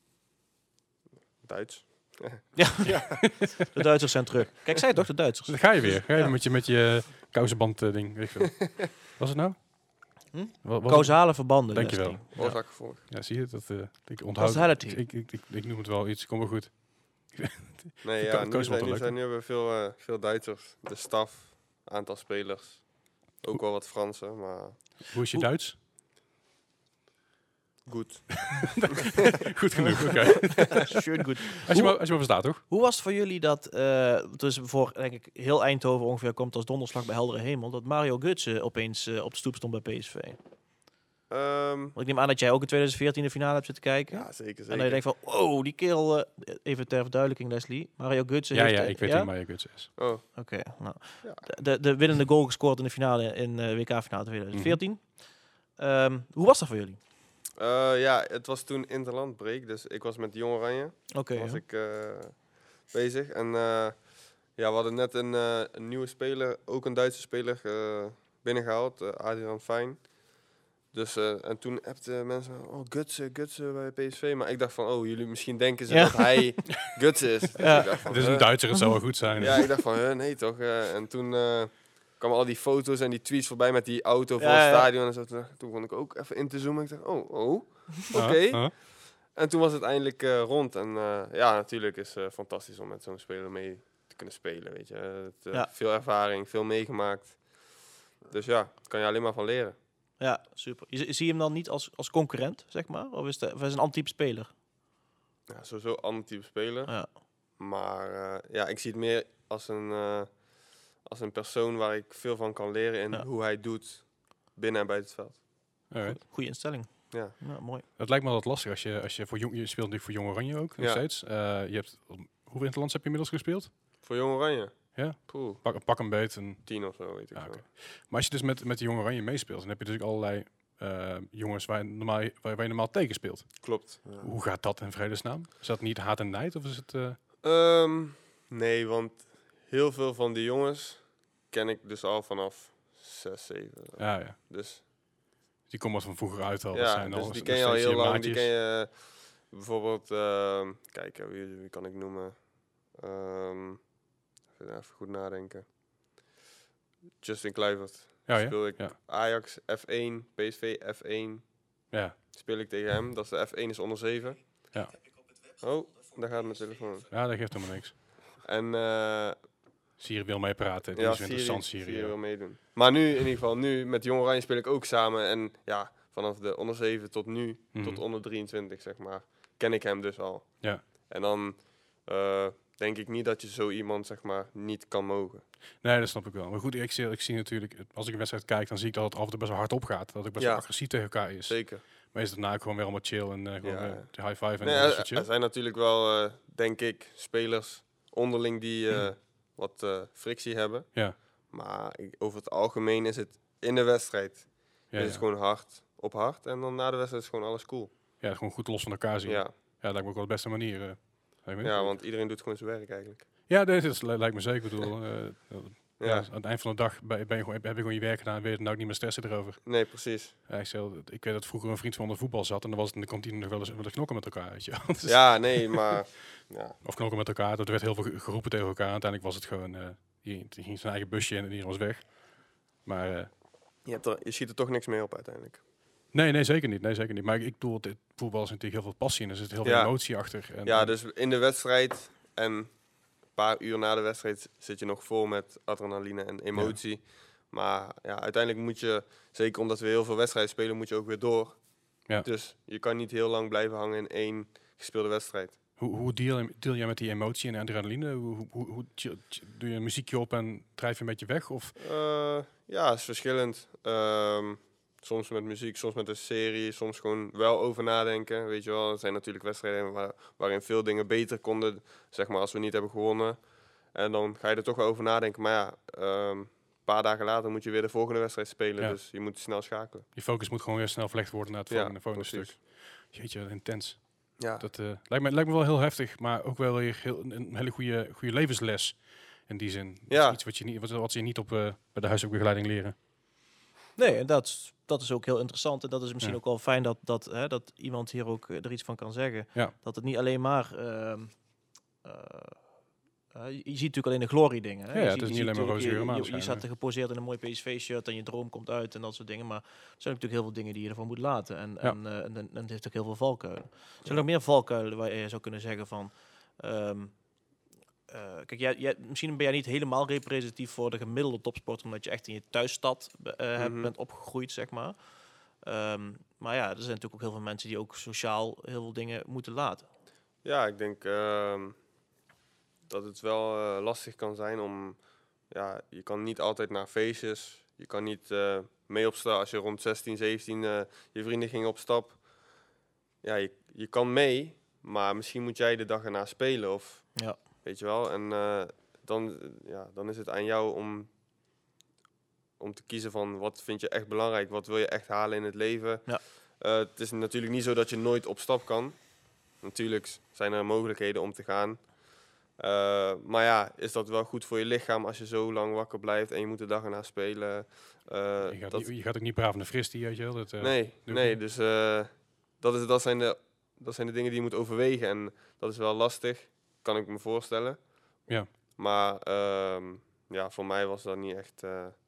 Duits. De Duitsers zijn terug. Kijk, ik zei het toch, de Duitsers. Dan ga je weer. Ga je Ja. met je kousenband ding. Weet ik veel. Was het nou? Hm? Wat was Causale verbanden. Dankjewel. Leslie. Ja. Oorzaak gevolg. het? Ja, zie je? Ik onthoud. Causality. Ik noem het wel iets. Kom wel goed. Nee, Ko- ja, Koos wordt wel leuk. nu hebben we veel Duitsers. De staf, aantal spelers. Ook wel wat Fransen, maar... Hoe is je Hoe- Duits? Goed. Goed genoeg, oké. Schön goed. Als je maar verstaat, toch? Hoe was het voor jullie dat, dus voor denk ik heel Eindhoven ongeveer komt als donderslag bij heldere hemel, dat Mario Götze opeens op de stoep stond bij PSV? Want ik neem aan dat jij ook in 2014 de finale hebt zitten kijken. Ja, zeker. En dat je denkt van, wow, die kerel, even ter verduidelijking Leslie, Mario Götze Ja, heeft... ik weet wie Mario Götze is. Oh, Oké, nou. ja. De winnende goal gescoord in de finale in WK-finale 2014. Hoe was dat voor jullie? Ja, het was toen interlandbreak, dus ik was met Jong Oranje. Oké. Was ik bezig. En we hadden net een nieuwe speler, ook een Duitse speler, binnengehaald, Adrian Fein. Dus, en toen appten mensen, oh, Götze bij PSV. Maar ik dacht van, oh, jullie misschien denken ze dat hij Götze is. Dus Ja. ik dacht van, Het is een Duitser, het zou wel goed zijn. ja, ik dacht van, nee toch. En toen kwamen al die foto's en die tweets voorbij met die auto voor het stadion en zo. Toen kon ik ook even in te zoomen. Ik dacht, oké. En toen was het eindelijk rond. En ja, natuurlijk is het fantastisch om met zo'n speler mee te kunnen spelen, weet je. Veel ervaring, veel meegemaakt. Dus ja, daar kan je alleen maar van leren. Ja, super. Zie je hem dan niet als concurrent, zeg maar? Of is een antype speler? Ja, sowieso ander type speler. Ja. Maar ja, ik zie het meer als een persoon waar ik veel van kan leren in hoe hij doet binnen en buiten het veld. Alright. Goeie instelling. Ja. Ja, mooi. Het lijkt me altijd lastig als je voor je speelt natuurlijk voor Jong Oranje ook nog steeds. Je hebt hoeveel interlands heb je inmiddels gespeeld? Voor Jong Oranje? Ja. Poeh, Pak een beet. 10 of zo, weet ik Ah, zo. oké. Maar als je dus met de Jong Oranje meespeelt, dan heb je natuurlijk allerlei jongens waar je normaal tegen speelt. Klopt. Ja. Hoe gaat dat in vredesnaam? Is dat niet haat en nijd of is het... Nee, want heel veel van die jongens ken ik dus al vanaf 6, 7. Ja. Dus Die komen van vroeger uit al. Dat ja, zijn dus al die ken je al steeds heel lang. maatjes. Die ken je bijvoorbeeld, kijk, wie kan ik noemen? Even goed nadenken. Justin Kluivert. Ja, ja. Speel ik Ja. Ajax F1, PSV F1. Ja. Speel ik tegen hem. Dat is de F1 is onder 7. Ja. Oh, daar gaat mijn telefoon. Ja, dat geeft helemaal niks. En Siri wil mee praten. Die ja, is interessant, Siri Siri. wil meedoen. Maar nu, in ieder geval, nu met Jong Oranje speel ik ook samen. En ja, vanaf de onder 7 tot nu, tot onder 23, zeg maar, ken ik hem dus al. Ja. En dan denk ik niet dat je zo iemand, zeg maar, niet kan mogen. Nee, dat snap ik wel. Maar goed, ik zie natuurlijk, als ik een wedstrijd kijk, dan zie ik dat het af en toe best wel hard opgaat. Dat het best wel agressief tegen elkaar is. Zeker. Maar is het daarna gewoon weer allemaal chill en gewoon de high five en Nee, dan is het chill. er zijn natuurlijk wel, denk ik, spelers onderling die wat frictie hebben. Ja. Maar over het algemeen is het in de wedstrijd Ja, is het gewoon hard op hard. En dan na de wedstrijd is gewoon alles cool. Ja, gewoon goed los van elkaar zien. Ja, Ja, dat lijkt me ook wel de beste manier. ja, want iedereen doet gewoon zijn werk eigenlijk. Ja, dat lijkt me zeker. Ik bedoel, Ja. aan het eind van de dag heb je gewoon je werk gedaan en weet je nou ook niet meer stressen erover. Nee, precies. Ja, ik weet dat vroeger een vriend van onder voetbal zat en dan was het in de kantine nog wel eens knokken met elkaar. Weet je. wel. Dus- Ja, nee, maar... Ja. Of knokken met elkaar. Dat werd heel veel geroepen tegen elkaar. Uiteindelijk was het gewoon, die ging zijn eigen busje in en iedereen was weg. Maar Je schiet er toch niks mee op uiteindelijk. nee, zeker niet. Nee, zeker niet. Maar ik bedoel, voetbal is natuurlijk heel veel passie en er zit heel veel emotie achter. En, Ja, dus in de wedstrijd en een paar uur na de wedstrijd zit je nog vol met adrenaline en emotie. Ja. Maar ja, uiteindelijk moet je, zeker omdat we heel veel wedstrijden spelen, moet je ook weer door. Ja. Dus je kan niet heel lang blijven hangen in één gespeelde wedstrijd. Hoe deal jij met die emotie en adrenaline? Hoe doe je een muziekje op en drijf je een beetje weg? Of? Ja, het is verschillend. Soms met muziek, soms met een serie, soms gewoon wel over nadenken. Weet je wel, er zijn natuurlijk wedstrijden waarin veel dingen beter konden, zeg maar, als we niet hebben gewonnen. En dan ga je er toch wel over nadenken. Maar ja, een paar dagen later moet je weer de volgende wedstrijd spelen. Ja. Dus je moet snel schakelen. Je focus moet gewoon weer snel verlegd worden naar het volgende stuk. Jeetje, intens. Ja. Dat lijkt me wel heel heftig, maar ook wel weer een hele goede levensles in die zin. Ja. Iets wat je niet op bij de huiswerkbegeleiding leren. Nee, en dat is ook heel interessant. En dat is misschien ook wel fijn dat iemand hier ook er iets van kan zeggen. Ja. Dat het niet alleen maar... je ziet natuurlijk alleen de glorie dingen. Hè? Ja, het is niet alleen maar roze geur en maneschijn. Je staat er geposeerd in een mooi PSV-shirt en je droom komt uit en dat soort dingen. Maar er zijn natuurlijk heel veel dingen die je ervan moet laten. En het heeft ook heel veel valkuilen. Zijn er nog meer valkuilen waar je zou kunnen zeggen van... kijk, misschien ben jij niet helemaal representatief voor de gemiddelde topsport, omdat je echt in je thuisstad bent opgegroeid, zeg maar. Maar ja, er zijn natuurlijk ook heel veel mensen die ook sociaal heel veel dingen moeten laten. Ja, ik denk dat het wel lastig kan zijn om... Ja, je kan niet altijd naar feestjes. Je kan niet mee op stap. Als je rond 16, 17 je vrienden gingen op stap. Ja, je kan mee, maar misschien moet jij de dag erna spelen. Of, Ja. weet je wel. En dan is het aan jou om te kiezen van wat vind je echt belangrijk. Wat wil je echt halen in het leven. Ja. Het is natuurlijk niet zo dat je nooit op stap kan. Natuurlijk zijn er mogelijkheden om te gaan. Maar ja, is dat wel goed voor je lichaam als je zo lang wakker blijft en je moet de dag erna spelen? Je gaat ook niet braaf naar Fristi, weet je wel. Nee, dus dat zijn de dingen die je moet overwegen. En dat is wel lastig, kan ik me voorstellen. Ja. Maar voor mij was dat niet echt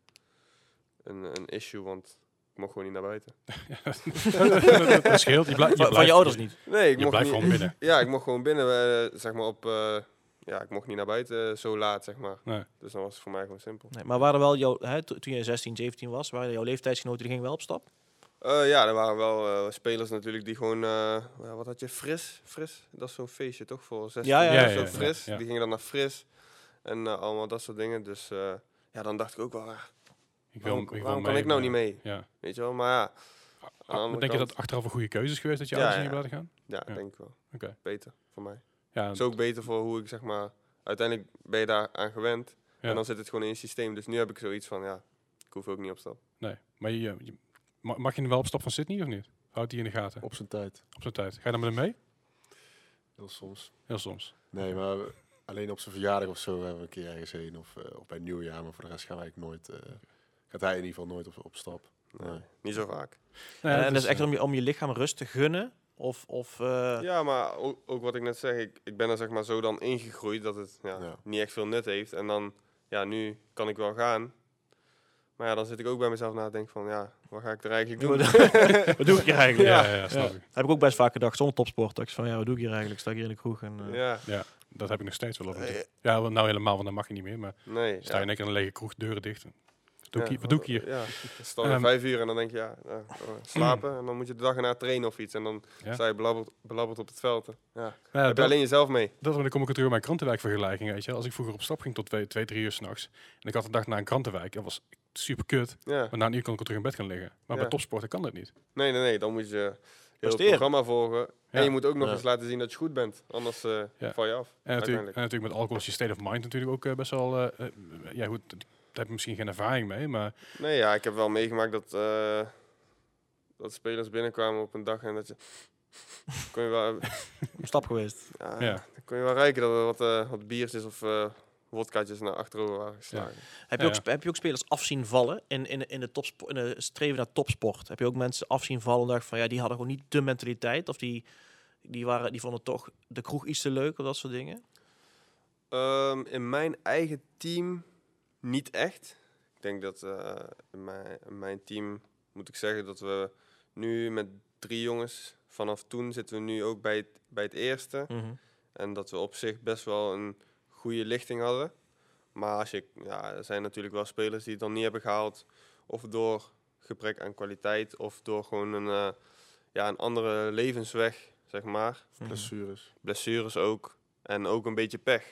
een issue, want ik mocht gewoon niet naar buiten. Dat scheelt. Van je ouders niet? Nee, ik Je mocht blijft niet. gewoon binnen. Ja, ik mocht gewoon binnen, zeg maar op... ik mocht niet naar buiten zo laat, zeg maar. Nee. Dus dan was het voor mij gewoon simpel. Nee, maar waren wel toen je 16, 17 was, waren jouw leeftijdsgenoten die gingen wel op stap? Er waren wel spelers natuurlijk die gewoon... wat had je? Fris? Dat is zo'n feestje, toch? Voor 16 Ja, jaar. ja, Zo ja, Fris. ja. Die gingen dan naar Fris. En allemaal dat soort dingen. Dus dan dacht ik ook wel... waarom kan ik nou niet mee? Ja. Weet je wel? Maar ja... Denk je dat achteraf een goede keuze is geweest dat je Ja, ouders ja. niet hebben laten gaan? Ja, denk ik wel. Oké. Beter voor mij. Ja, Het is ook beter voor hoe ik, zeg maar... Uiteindelijk ben je daar aan gewend. ja. En dan zit het gewoon in je systeem. Dus nu heb ik zoiets van, ik hoef ook niet op stap. Nee. Maar mag je wel op stap van Sydney of niet? Houdt die in de gaten? Op zijn tijd. Op zijn tijd. Ga je dan met hem mee? Heel soms. Heel soms. Nee, maar alleen op zijn verjaardag of zo hebben we een keer ergens heen. Of bij nieuwjaar. Maar voor de rest gaan wij eigenlijk nooit... gaat hij in ieder geval nooit op stap. Nee. Niet zo vaak. En dat is echt om je lichaam rust te gunnen? Ja, maar ook wat ik net zeg, ik ben er zeg maar zo dan ingegroeid dat het Ja. niet echt veel nut heeft. En dan, nu kan ik wel gaan. Maar ja, dan zit ik ook bij mezelf na te denken van, wat ga ik er eigenlijk doen? Wat doe ik hier eigenlijk? Ja, snap ik. Heb ik ook best vaak gedacht, zonder topsport. Dat ik van, wat doe ik hier eigenlijk? Sta ik hier in de kroeg? En, Ja, Ja, dat heb ik nog steeds wel. Ja, nou helemaal, want dan mag je niet meer. Maar nee. sta je in één keer in een lege kroeg, deuren dicht. Wat doe ik hier? Ja, dan sta je 5 uur en dan denk je, slapen. En dan moet je de dag erna trainen of iets. En dan sta je belabberd op het veld. Ja. Ja, Heb je alleen jezelf mee? dan kom ik terug op mijn krantenwijkvergelijking. Weet je. Als ik vroeger op stap ging tot 2, 3 uur s'nachts. En ik had een dag na een krantenwijk. Dat was super kut. Ja. Maar na een uur kon ik al terug in bed gaan liggen. Maar Ja. bij topsporten kan dat niet. Nee, dan moet je heel het Presteren. programma volgen. En je moet ook nog Ja. eens laten zien dat je goed bent. Anders val je af. En natuurlijk met alcohol is je state of mind natuurlijk ook best wel... goed, daar heb ik misschien geen ervaring mee, maar... Nee, ik heb wel meegemaakt dat spelers binnenkwamen op een dag en dat je... kon je wel, op stap geweest. Ja. dan kon je wel ruiken dat er wat biertjes of wodkaatjes naar achterover waren geslagen. Heb je ook spelers afzien vallen in de streven naar topsport? Heb je ook mensen afzien vallen en dacht van, die hadden gewoon niet de mentaliteit? Of die vonden toch de kroeg iets te leuk of dat soort dingen? In mijn eigen team niet echt. Ik denk dat in mijn team moet ik zeggen dat we nu met 3 jongens, vanaf toen zitten we nu ook bij het eerste. En dat we op zich best wel een goede lichting hadden. Maar er zijn natuurlijk wel spelers die het dan niet hebben gehaald. Of door gebrek aan kwaliteit. Of door gewoon een andere levensweg, zeg maar. Blessures. Blessures ook. En ook een beetje pech.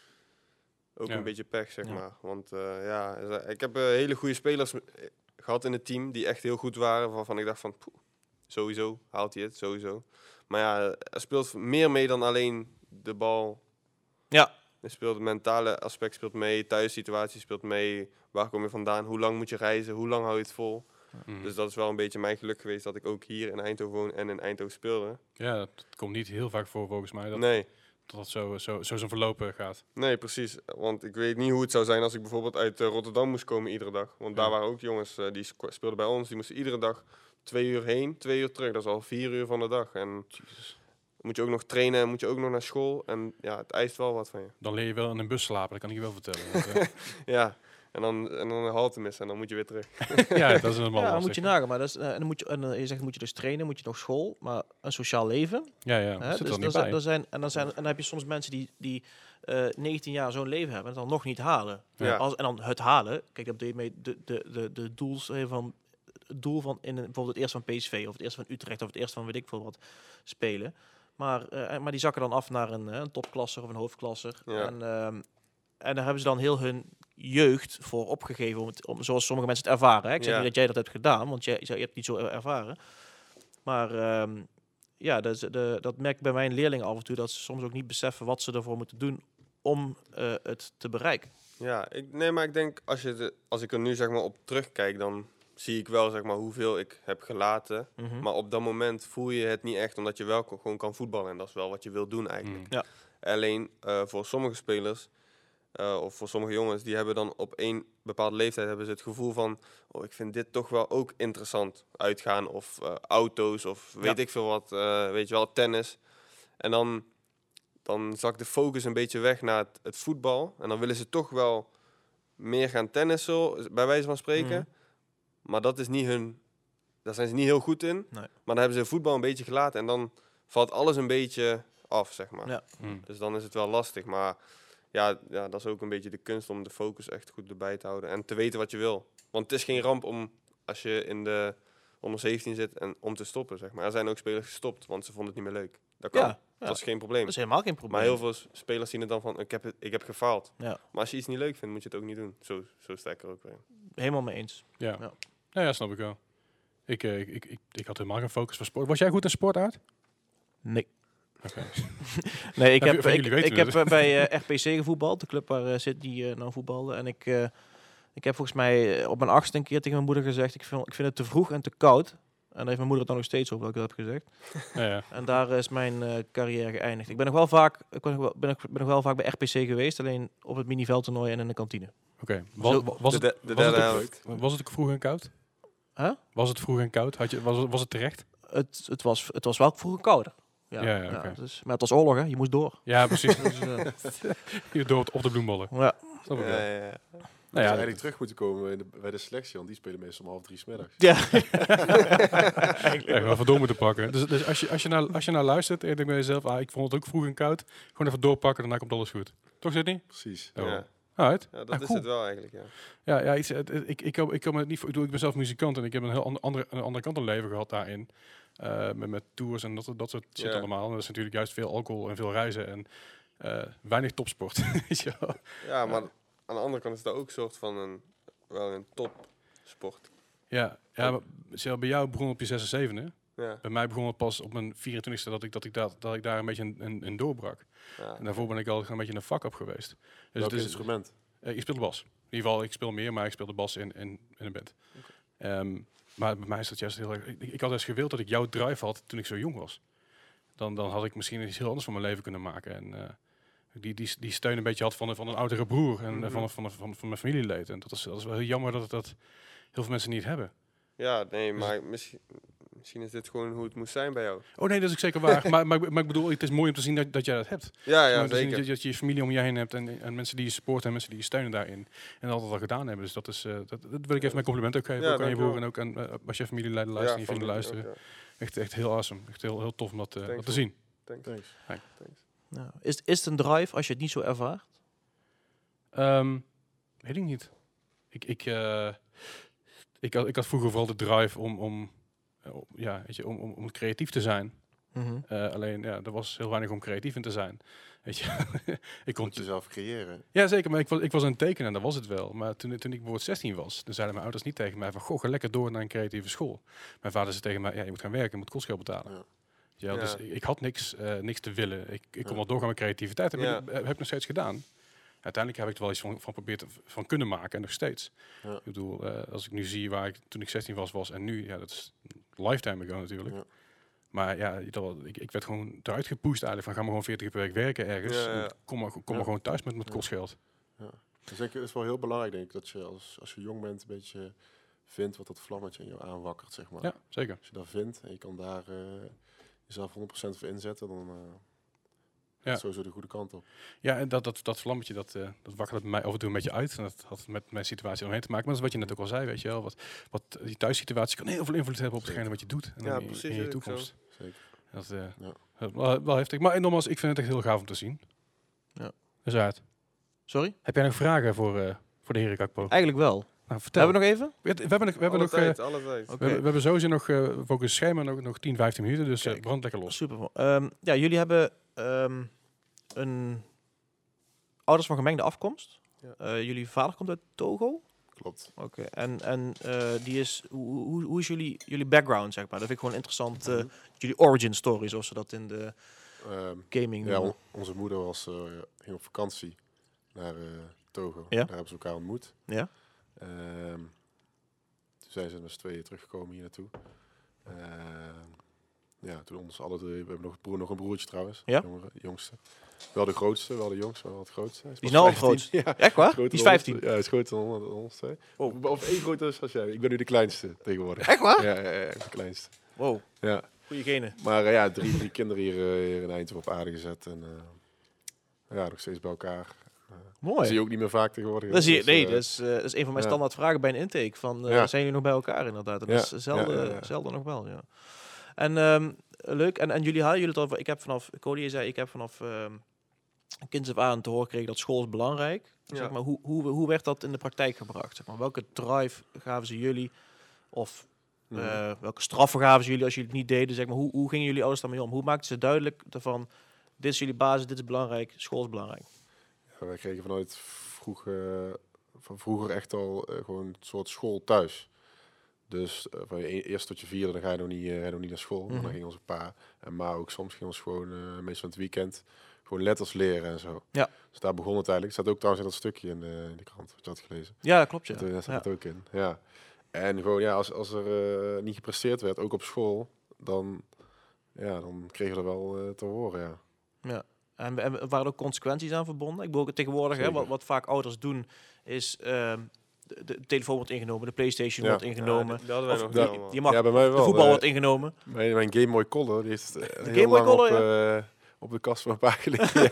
Ja. Een beetje pech, zeg Ja. maar. Want ik heb hele goede spelers gehad in het team die echt heel goed waren. Waarvan ik dacht van, sowieso haalt hij het, sowieso. Maar er speelt meer mee dan alleen de bal. Ja. Er speelt het mentale aspect speelt mee, thuissituatie speelt mee. Waar kom je vandaan? Hoe lang moet je reizen? Hoe lang hou je het vol? Mhm. Dus dat is wel een beetje mijn geluk geweest dat ik ook hier in Eindhoven woon en in Eindhoven speelde. Ja, dat komt niet heel vaak voor volgens mij. Dat Nee. dat zo zo'n verloop gaat. Nee, precies. Want ik weet niet hoe het zou zijn als ik bijvoorbeeld uit Rotterdam moest komen iedere dag. Want daar waren ook jongens die speelden bij ons. Die moesten iedere dag 2 uur heen, 2 uur terug. Dat is al 4 uur van de dag. En moet je ook nog trainen en moet je ook nog naar school. En het eist wel wat van je. Dan leer je wel in een bus slapen, dat kan ik je wel vertellen. Want, Ja, en dan een halte missen en dan moet je weer terug. ja, dat is helemaal Ja, lastig. moet je nagaan. Maar dat is, je zegt, moet je dus trainen, moet je nog school, maar een sociaal leven. Ja, dat zit er niet bij. Dan heb je soms mensen die 19 jaar zo'n leven hebben en het dan nog niet halen. Ja. En dan het halen, kijk, dat bedoel je mee de doels van het doel van bijvoorbeeld het eerste van PSV of het eerste van Utrecht of het eerste van weet ik veel wat spelen. Maar die zakken dan af naar een topklasser of een hoofdklasser. Ja. En daar hebben ze dan heel hun jeugd voor opgegeven om zoals sommige mensen het ervaren. Hè? Ik zeg niet dat jij dat hebt gedaan, want je hebt het niet zo ervaren. Maar dat merk ik bij mijn leerlingen af en toe, dat ze soms ook niet beseffen wat ze ervoor moeten doen om het te bereiken. Ja, maar ik denk, als ik er nu zeg maar op terugkijk, dan zie ik wel zeg maar hoeveel ik heb gelaten. Mhm. Maar op dat moment voel je het niet echt, omdat je wel gewoon kan voetballen. En dat is wel wat je wil doen eigenlijk. Ja. Alleen voor sommige spelers, of voor sommige jongens, die hebben dan op een bepaalde leeftijd hebben ze het gevoel van, ik vind dit toch wel ook interessant. Uitgaan of auto's of weet ik veel wat, weet je wel, tennis. En dan zakt de focus een beetje weg naar het voetbal. En dan willen ze toch wel meer gaan tennissen, bij wijze van spreken. Mhm. Maar dat is niet daar zijn ze niet heel goed in. Nee. Maar dan hebben ze voetbal een beetje gelaten. En dan valt alles een beetje af, zeg maar. Ja. Dus dan is het wel lastig. Maar ja, dat is ook een beetje de kunst om de focus echt goed erbij te houden. En te weten wat je wil. Want het is geen ramp om, als je in de onder 17 zit, en om te stoppen, zeg maar. Er zijn ook spelers gestopt, want ze vonden het niet meer leuk. Dat kan. Ja. Dat is geen probleem. Dat is helemaal geen probleem. Maar heel veel spelers zien het dan van, ik heb gefaald. Ja. Maar als je iets niet leuk vindt, moet je het ook niet doen. Zo sta ik er ook weer in. Helemaal mee eens. Ja. Ja. Ja, snap ik wel. Ik had helemaal geen focus voor sport. Was jij goed in sport uit? Nee. Oké. Nee, ik Ja, heb, van jullie weten ik we heb dus. bij RPC gevoetbald, de club waar Sydney nou voetbalde. En ik heb volgens mij op mijn 8e een keer tegen mijn moeder gezegd, ik vind het te vroeg en te koud. En daar heeft mijn moeder het dan nog steeds over dat ik dat heb gezegd. Ja. En daar is mijn carrière geëindigd. Ik ben nog wel vaak, ben nog wel vaak bij RPC geweest, alleen op het miniveldtoernooi en in de kantine. Oké. Zo- Was de het derde ook- helft. was het ook vroeg en koud? Huh? Was het vroeg en koud? Was het terecht? Het was wel vroeger kouder. Ja, oké. Dus, maar het was oorlog, hè? Je moest door. Ja, precies. Dus, Hier door het op de bloembollen. ja. Snap ik Ja, wel. ja, ja. Ja, Nou ja, eigenlijk terug moeten komen bij de selectie, want die spelen meestal om 2:30 's middags. Ja. echt wel even door moeten pakken. Dus als je nou luistert en je denkt bij jezelf, ik vond het ook vroeg en koud, gewoon even doorpakken, daarna komt alles goed. Toch, Sydney? Precies. Oh. Ja. Alright. Ja, dat is cool. het wel eigenlijk, ja. Ja, ik kan me het niet voor. Ik ben zelf muzikant en ik heb een heel andere kant een leven gehad daarin. Met tours en dat soort shit Ja. allemaal. En dat is natuurlijk juist veel alcohol en veel reizen en weinig topsport. Weet je wel. Ja, maar aan de andere kant is dat ook een soort van wel een topsport. Ja, maar zelf bij jou begon op je 6 en 7e. Ja, Bij mij begon het pas op mijn 24e dat ik daar een beetje in doorbrak. ja. En daarvoor ben ik al een beetje een vak op geweest. Dus Welk instrument? ik speel de bas. In ieder geval, ik speel meer, maar ik speel de bas in een band. Maar bij mij is dat juist heel erg. Ik had eens gewild dat ik jouw drive had toen ik zo jong was. Dan had ik misschien iets heel anders van mijn leven kunnen maken. En die steun een beetje had van een oudere broer en van mijn familieleden. En dat is wel heel jammer dat heel veel mensen niet hebben. Ja, nee, maar misschien is dit gewoon hoe het moest zijn bij jou. Oh nee, dat is ook zeker waar. maar ik bedoel, het is mooi om te zien dat jij dat hebt. Ja, Ja, ja, zeker. dat je je familie om je heen hebt en mensen die je supporten en mensen die je steunen daarin. En dat al gedaan hebben. Dus dat wil ik even mijn compliment ook geven. Ja, ook aan je broer en dankjewel. ook aan als je familieleden luisteren en je vrienden luisteren. Ook, ja. Echt heel awesome. Echt heel tof om dat te Thanks, zien. Thanks. Thanks. Ja. Is het een drive als je het niet zo ervaart? Weet ik niet. Ik had vroeger vooral de drive om creatief te zijn. Alleen, ja, er was heel weinig om creatief in te zijn. Weet je, ik kon Moet je zelf creëren. ja, zeker, maar ik was aan het tekenen en dat was het wel. Maar toen ik bijvoorbeeld 16 was, dan zeiden mijn ouders niet tegen mij van, goh, ga lekker door naar een creatieve school. Mijn vader zei tegen mij, ja, je moet gaan werken, je moet kostgeld betalen. Ja. Ja, Ja. dus ik had niks te willen. Ik kon Ja. wel doorgaan met creativiteit en Ja. heb ik nog steeds gedaan. Uiteindelijk heb ik er wel iets van geprobeerd van kunnen maken en nog steeds. Ja. Ik bedoel, als ik nu zie waar ik toen ik 16 was en nu, ja, dat is een lifetime ago natuurlijk. Ja. Maar ja, ik werd gewoon eruit gepusht eigenlijk van ga maar gewoon 40 uur per week werken ergens. Ja, ja. En kom maar gewoon thuis met Ja. kostgeld. Dus denk ik, het is wel heel belangrijk, denk ik, dat je als je jong bent een beetje vindt wat dat vlammetje in jou aanwakkert, zeg maar. Ja, zeker. Als je dat vindt en je kan daar jezelf 100% voor inzetten, dan Ja. gaat het sowieso de goede kant op. Ja, en dat vlammetje, dat wakkerde bij mij af en toe een beetje uit. En dat had met mijn situatie omheen te maken. Maar dat is wat je net ook al zei, weet je wel. Wat die thuissituatie kan heel veel invloed hebben op hetgene wat je doet. En Ja, in precies, je is ook toekomst. Zeker. Dat Ja. wel heftig. Maar nogmaals, ik vind het echt heel gaaf om te zien. Ja. Dus uit. Sorry? Heb jij nog vragen voor de heren Kakpo? Eigenlijk wel. Nou, vertel. Hebben we nog even? We hebben nog... Alle tijd. Oké. We hebben sowieso nog volgens schema nog 10, 15 minuten, dus Kijk. brand lekker los. Super. Ja, jullie hebben ouders van gemengde afkomst. Ja. Jullie vader komt uit Togo. Klopt. Oké. En die is, hoe is jullie background, zeg maar? Dat vind ik gewoon interessant. Jullie origin story, zoals ze dat in de gaming Ja, noemen. onze moeder ging op vakantie naar Togo. Ja. Daar hebben ze elkaar ontmoet. Ja. Toen zijn ze met z'n tweeën teruggekomen hier naartoe. Ja, toen ons alle drie. We hebben nog een broertje trouwens. Ja. Jongste. Wel de grootste, wel de jongste, wel het grootste. Hij Die is pas nou al 15. groot. Ja, Echt waar? groter Die is dan ons. 15. Ja, hij is groter dan ons twee. Of één groter is als jij. Ik ben nu de kleinste tegenwoordig. Echt waar? Ja, de kleinste. Wow. Ja. Goeie genen. Maar ja, drie kinderen hier in Eindhoven op aarde gezet. En ja, nog steeds bij elkaar. Mooi. Zie je ook niet meer vaak tegenwoordig. Dat zie je, Dus, dat is een van mijn ja. standaard vragen bij een intake. Van, Ja. zijn jullie nog bij elkaar inderdaad? Dat Ja. is zelden, Ja. zelden nog wel, ja. En leuk. En jullie hadden het over, Cody zei, ik heb vanaf kinds af aan te horen gekregen dat school is belangrijk. Ja. Zeg maar, hoe werd dat in de praktijk gebracht? Zeg maar, welke drive gaven ze jullie? Of welke straffen gaven ze jullie als jullie het niet deden? Zeg maar, hoe gingen jullie ouders daarmee om? Hoe maakten ze duidelijk van, dit is jullie basis, dit is belangrijk, school is belangrijk? Ja, wij kregen van vroeger echt al gewoon een soort school thuis. Dus van je eerst tot je vierde, dan ga je nog niet naar school. Maar dan ging onze pa en ma ook soms ging ons gewoon, meestal in het weekend, gewoon letters leren en zo. Ja. Dus daar begon het eigenlijk. Het staat ook trouwens in dat stukje in de krant, wat je had gelezen. Ja, dat klopt, ja. Daar staat Ja. het ook in. Ja. En gewoon, ja, als er niet gepresteerd werd, ook op school, dan kregen we er wel te horen, ja. Ja. En waren er ook consequenties aan verbonden? Ik bedoel, tegenwoordig, hè, wat vaak ouders doen, is de telefoon wordt ingenomen, de PlayStation wordt ingenomen, Die hadden wij of nog die- niet allemaal. je mag, Ja, bij mij wel. de voetbal wordt ingenomen. Mijn Game Boy Color, die heeft heel Game Boy lang Color, op de kast van mijn pa gelegen.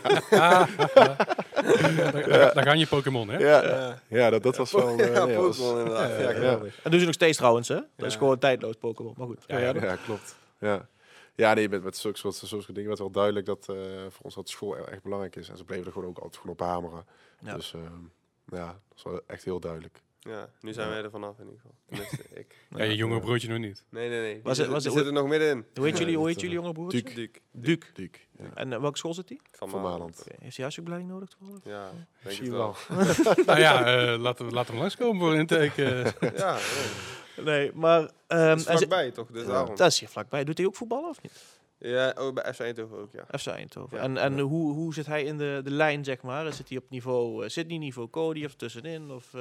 Daar gaan je Pokémon, hè? Ja, dat was wel... Ja, nee, was- Pokémon inderdaad. Ja, ja. geweldig. En doen ze nog steeds trouwens, hè? Dat is Ja. gewoon tijdloos Pokémon. Maar goed. Ja, klopt. Ja. Ja, nee, met zulke soort dingen werd wel duidelijk dat voor ons dat school echt belangrijk is. En ze bleven er gewoon ook altijd gewoon op hameren. Ja. Dus ja, dat is wel echt heel duidelijk. Ja, nu zijn wij er vanaf in ieder geval. Tenminste, ik. Ja, je jonge broertje nog niet. Nee. Was Die het- zit er nog middenin. Hoe heet jullie, dat, jullie jonge broertje? Duke. Duke. Duke. Ja. En welke school zit hij? Van Van Maland. Maland. Heeft hij huisopleiding nodig toevallig? Ja, denk Misschien het wel. wel. Nou ja, laten we hem langskomen voor een intake. Ja, Nee, maar... het is vlakbij toch, dus daarom. Dat is hier vlakbij. Doet hij ook voetballen of niet? Ja, bij FC Eindhoven ook, ja. FC Eindhoven. Ja. En hoe zit hij in de lijn, zeg maar? Zit hij op niveau Sydney-niveau Cody of tussenin? Of,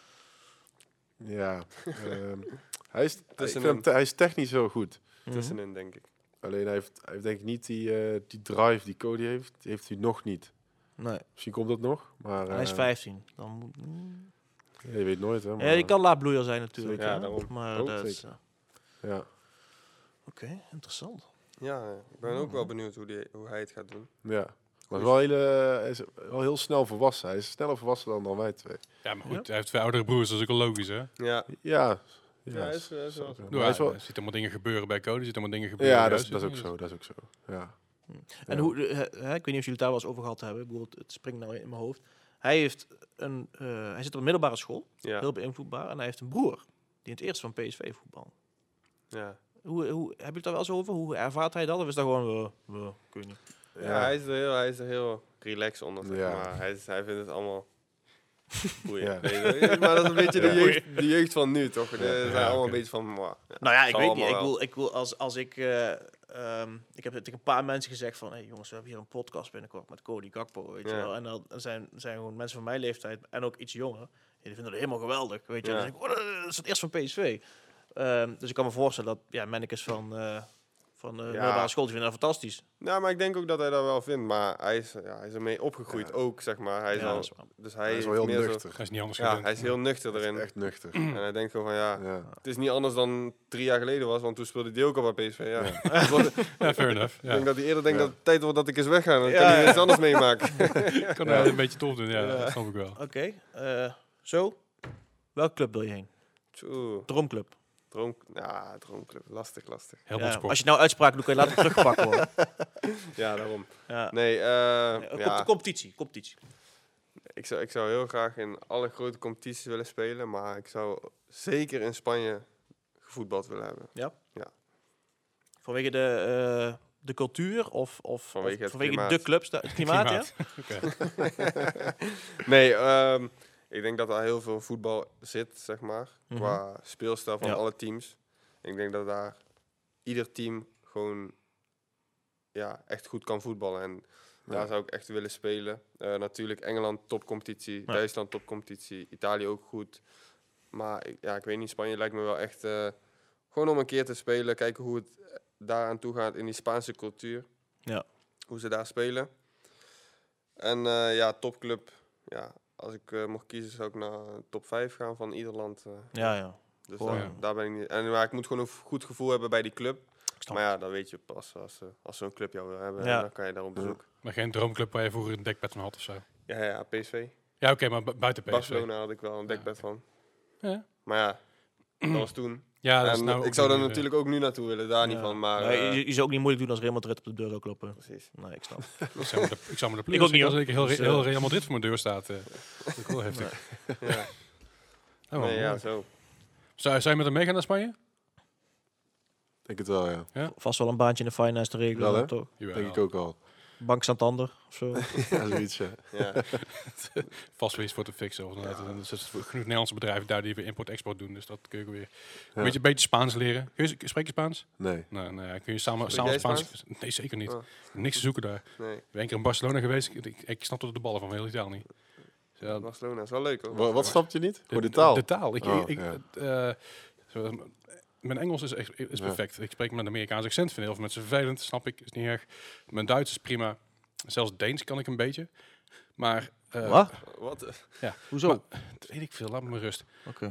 Ja. Hij is, Tussenin. hij is technisch heel goed. Tussenin, denk ik. Alleen hij heeft denk ik niet die drive die Cody heeft. Die heeft hij nog niet. Nee, Misschien komt dat nog. Maar hij is 15. Dan moet... ja, je weet nooit, hè. Ja, Maar, die kan laadbloeier zijn natuurlijk. Zeker. hè. Ja, daarom. Maar Ook dat is... zeker. Ja. Oké, interessant. Ja, ik ben ook wel benieuwd hoe hij het gaat doen. Ja. Maar hij is wel heel snel volwassen. Hij is sneller volwassen dan wij twee. Ja, maar goed, hij heeft 2 oudere broers, dat is ook wel logisch, hè? Ja, Ja. hij is wel zo. zo. Maar Ja, hij is wel- er zitten allemaal dingen gebeuren bij Cody, er zitten allemaal dingen gebeuren Ja, bij dat is jou. ook zo. Dat is ook zo. Ja. En Ja. ik weet niet of jullie het daar wel eens over gehad hebben. Ik bedoel, het springt nou in mijn hoofd. Hij zit op een middelbare school, Ja, heel beïnvloedbaar. En hij heeft een broer die in het eerste van PSV voetbal. ja. Heb je het daar wel eens over? Hoe ervaart hij dat? Of is dat gewoon... ik weet niet. Ja, hij is er heel relaxed onder, zeg Ja. maar. Hij vindt het allemaal boeiend. Ja. Weet je. Maar dat is een beetje Ja. de jeugd van nu, toch? Ze zijn allemaal oké. een beetje van... mwah. Ja. Nou ja, ik Zal weet niet. allemaal wel. Ik wil als ik... ik heb tegen een paar mensen gezegd van... Hey jongens, we hebben hier een podcast binnenkort met Cody Gakpo, weet je Ja. wel. En dan zijn gewoon mensen van mijn leeftijd en ook iets jonger. Die vinden het helemaal geweldig, weet je. Ja. Dan denk ik, dat is het eerst van PSV. Dus ik kan me voorstellen dat mannekes van middelbare school, die vinden dat fantastisch. Nou, maar ik denk ook dat hij dat wel vindt. Maar hij is ermee opgegroeid Ja. ook, zeg maar. Hij is Ja, al, dat is waar. dus Hij hij is wel heel meer zo- nuchter. Hij is niet anders Ja, gewend. hij is heel nuchter Hij is erin. echt nuchter. En hij denkt gewoon van ja, Ja. het is niet anders dan 3 jaar geleden was, want toen speelde hij ook al bij PSV. Ja. Ja, fair enough. Ik Ja. denk dat hij eerder denkt Ja. dat het tijd wordt dat ik eens wegga. Dan Ja, kan hij ja. iets anders meemaken. Kan Ja. een beetje tof doen, ja, dat snap ik wel. Oké, zo. Welke club wil je heen? Tjoe, Droomclub. droomclub. Lastig. Helemaal Ja, sport. als je nou uitspraak doet, kan je later teruggepakt worden. Ja, daarom. Ja. Nee, Nee, ja. competitie. Ik zou heel graag in alle grote competities willen spelen, maar ik zou zeker in Spanje gevoetbald willen hebben. Vanwege de cultuur of Vanwege het vanwege klimaat. de clubs, het klimaat, ja? Oké. Nee, ik denk dat daar heel veel voetbal zit, zeg maar. Mhm. Qua speelstijl van Ja. alle teams. Ik denk dat daar ieder team gewoon echt goed kan voetballen. En daar zou ik echt willen spelen. Natuurlijk Engeland topcompetitie, Ja. Duitsland topcompetitie, Italië ook goed. Maar ik weet niet, Spanje lijkt me wel echt gewoon om een keer te spelen. Kijken hoe het daar aan toe gaat in die Spaanse cultuur. Ja. Hoe ze daar spelen. En topclub. Ja, als ik mocht kiezen zou ik naar top 5 gaan van ieder land. Ja. Dus Gewoon, daar ben ik niet. Maar ik moet gewoon een goed gevoel hebben bij die club. Ik snap Maar ja, dat weet je pas als zo'n club jou wil hebben. Ja. En dan kan je daar op bezoek. Maar geen droomclub waar je vroeger een dekbed van had of zo? Ja, PSV. Ja, oké, maar buiten PSV. Barcelona had ik wel een dekbed van. Ja. Maar ja, dat was toen. Ja, dat is En nou ik zou daar ook natuurlijk ook nu naartoe willen, daar niet Ja. van. Maar je zou ook niet moeilijk doen als Real Madrid op de deur zou kloppen. precies. Nee, ik snap. Ik zou me de Ik ook niet, als hoor. ik heel Dus, heel Real Madrid voor mijn deur staat. Dat is ook wel heftig. Ja. Oh, Nee, ja, mooi. zo. Zou je met hem meegaan naar Spanje? Denk het wel, ja. Vast wel een baantje in de finance te regelen, Wel, hè? toch? Jawel. Denk ik ook al. Bank Santander of zo. Ja, zoiets, ja. Ja. Vast weer iets voor te fixen. Of er zijn genoeg Nederlandse bedrijven daar die weer import-export doen. Dus dat kun je ook weer Ja. een beetje Spaans leren. Spreek je Spaans? Nee. Nee, kun je samen Spreek jij Spaans? Nee, zeker niet. Oh. Niks te zoeken daar. Nee, Ik ben één keer in Barcelona geweest. Ik snapte er de ballen van, heel Itaal niet. Dus ja, Barcelona is wel leuk hoor. Wat snapt je niet? Voor de taal? De taal. Ja. Mijn Engels is Ja. perfect. Ik spreek met een Amerikaans accent. Vind heel veel mensen vervelend. Snap ik. Is niet erg. Mijn Duits is prima. Zelfs Deens kan ik een beetje. Maar... Wat? Wat? Hoezo? maar- Dat weet ik veel. Laat me maar rust. Oké.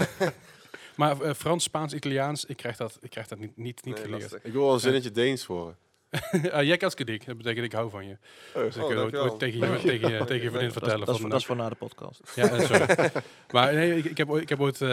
Maar Frans, Spaans, Italiaans, ik krijg dat niet Nee, geleerd. Ik wil wel een zinnetje Deens horen. Jij kan dik. Dat betekent ik hou van je. Dus ik dankjewel. ooit tegen je vriendin Dat vertellen. is van, dat is voor na de podcast. ja, sorry. Maar nee, ik heb ooit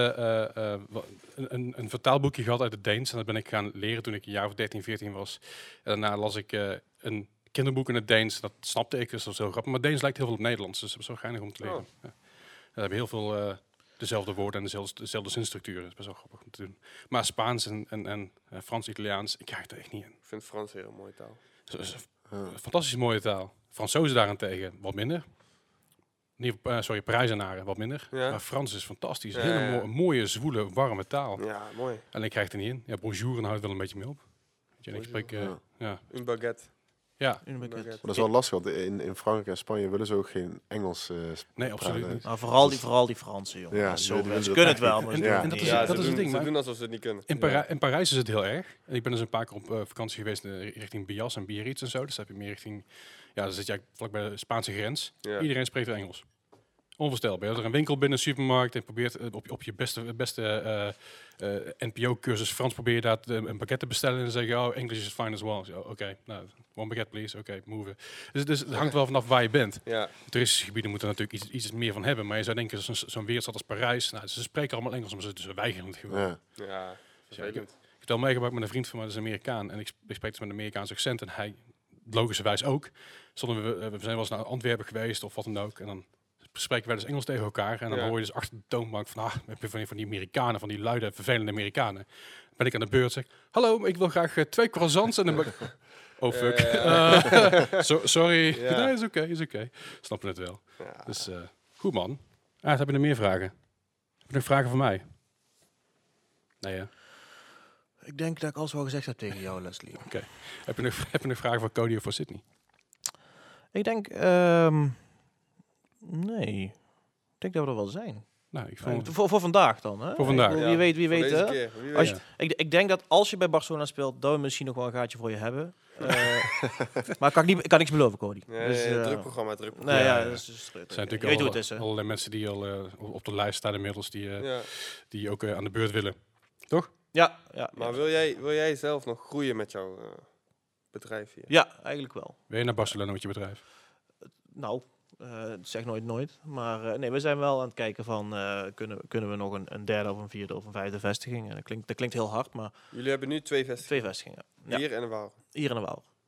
een vertaalboekje gehad uit het Deens. En dat ben ik gaan leren toen ik een jaar of 13, 14 was. En daarna las ik een kinderboek in het Deens. Dat snapte ik, dus dat was heel grappig. Maar Deens lijkt heel veel op Nederlands, dus dat is zo geinig om te leren. Oh. Ja. We hebben heel veel dezelfde woorden en dezelfde zinstructuren. Dat is best wel grappig om te doen. Maar Spaans en Frans, Italiaans, ik krijg het er echt niet in. Ik vind Frans een heel mooie taal. Het is een fantastisch mooie taal. Fransozen daarentegen wat minder. Parijzenaren wat minder. Ja. Maar Frans is fantastisch. Ja, Hele ja. mooie, zwoele, warme taal. Ja, mooi. En ik krijg het er niet in. Ja, bonjour en houdt wel een beetje mee op. Weet je, en ik spreek... Ja. Een baguette. Ja, Een baguette. Baguette. Maar dat is wel lastig, want in Frankrijk en Spanje willen ze ook geen Engels nee, absoluut praten. niet. Nou, vooral die Fransen, jongen. Ja, Dat is zo die willen ze dat kunnen het echt wel, niet. maar ze En doen het dat niet. is- Ja, dat ze het doen, ding, ze maar- doen alsof ze het niet kunnen. In Parijs is het heel erg. En ik ben dus een paar keer op vakantie geweest richting Bias en Biarritz en zo. Dus dan heb je meer richting... Ja, dan zit je eigenlijk vlak bij de Spaanse grens. Ja. Iedereen spreekt er Engels. Onvoorstelbaar. Je hebt er een winkel binnen, een supermarkt en probeert op je beste NPO-cursus Frans probeer je daar een baguette te bestellen en dan zeg je, oh, English is fine as well. Oké, nou, one baguette please, oké, move. Dus het hangt wel vanaf waar je bent. Ja, Toeristische gebieden moeten er natuurlijk iets meer van hebben, maar je zou denken, zo'n wereldstad als Parijs, nou, ze spreken allemaal Engels, maar ze weigeren het gewoon. Ja. ja, vervelend. Ik heb het al meegemaakt met een vriend van mij, dat is Amerikaan, en ik spreek dus met een Amerikaans accent en hij, logischerwijs ook, we zijn wel eens naar Antwerpen geweest of wat dan ook, en dan spreken wij dus Engels tegen elkaar. En dan Ja. hoor je dus achter de toonbank van, heb je van die Amerikanen, van die luide, vervelende Amerikanen. Ben ik aan de beurt, zeg, hallo, ik wil graag 2 croissants en een oh fuck. Sorry. Ja. Nee, is oké. Snap je het wel. Ja. Dus goed man. Heb je nog meer vragen? Heb je nog vragen voor mij? Nee, hè? Ik denk dat ik alles wel gezegd heb tegen jou, Leslie. Heb je nog vragen voor Cody of voor Sydney? Ik denk, nee. Ik denk dat we er wel zijn. Nou, ik vond... Voor vandaag dan, hè? Voor vandaag. Ik bedoel, Ja, wie voor weet, deze hè? keer, wie Als weet. je, ik denk dat als je bij Barcelona speelt, dat we misschien nog wel een gaatje voor je hebben. Maar ik kan niks beloven, Cody. Nee, Dus, druk programma, druk programma. nee, Ja, ja, ja. dat is Er zijn je natuurlijk weet hoe het is, hè? allerlei mensen die al op de lijst staan inmiddels, Ja. die ook aan de beurt willen. Ja, Maar ja. wil jij zelf nog groeien met jouw bedrijf hier? Ja, eigenlijk wel. Wil je naar Barcelona met je bedrijf? Nou, zeg nooit. Maar nee, we zijn wel aan het kijken van, kunnen we nog een derde of een vierde of een vijfde vestiging? En dat klinkt heel hard, maar Jullie hebben nu 2 vestigingen. 2 vestigingen. Ja, Hier en een Waal. hier in de Waal.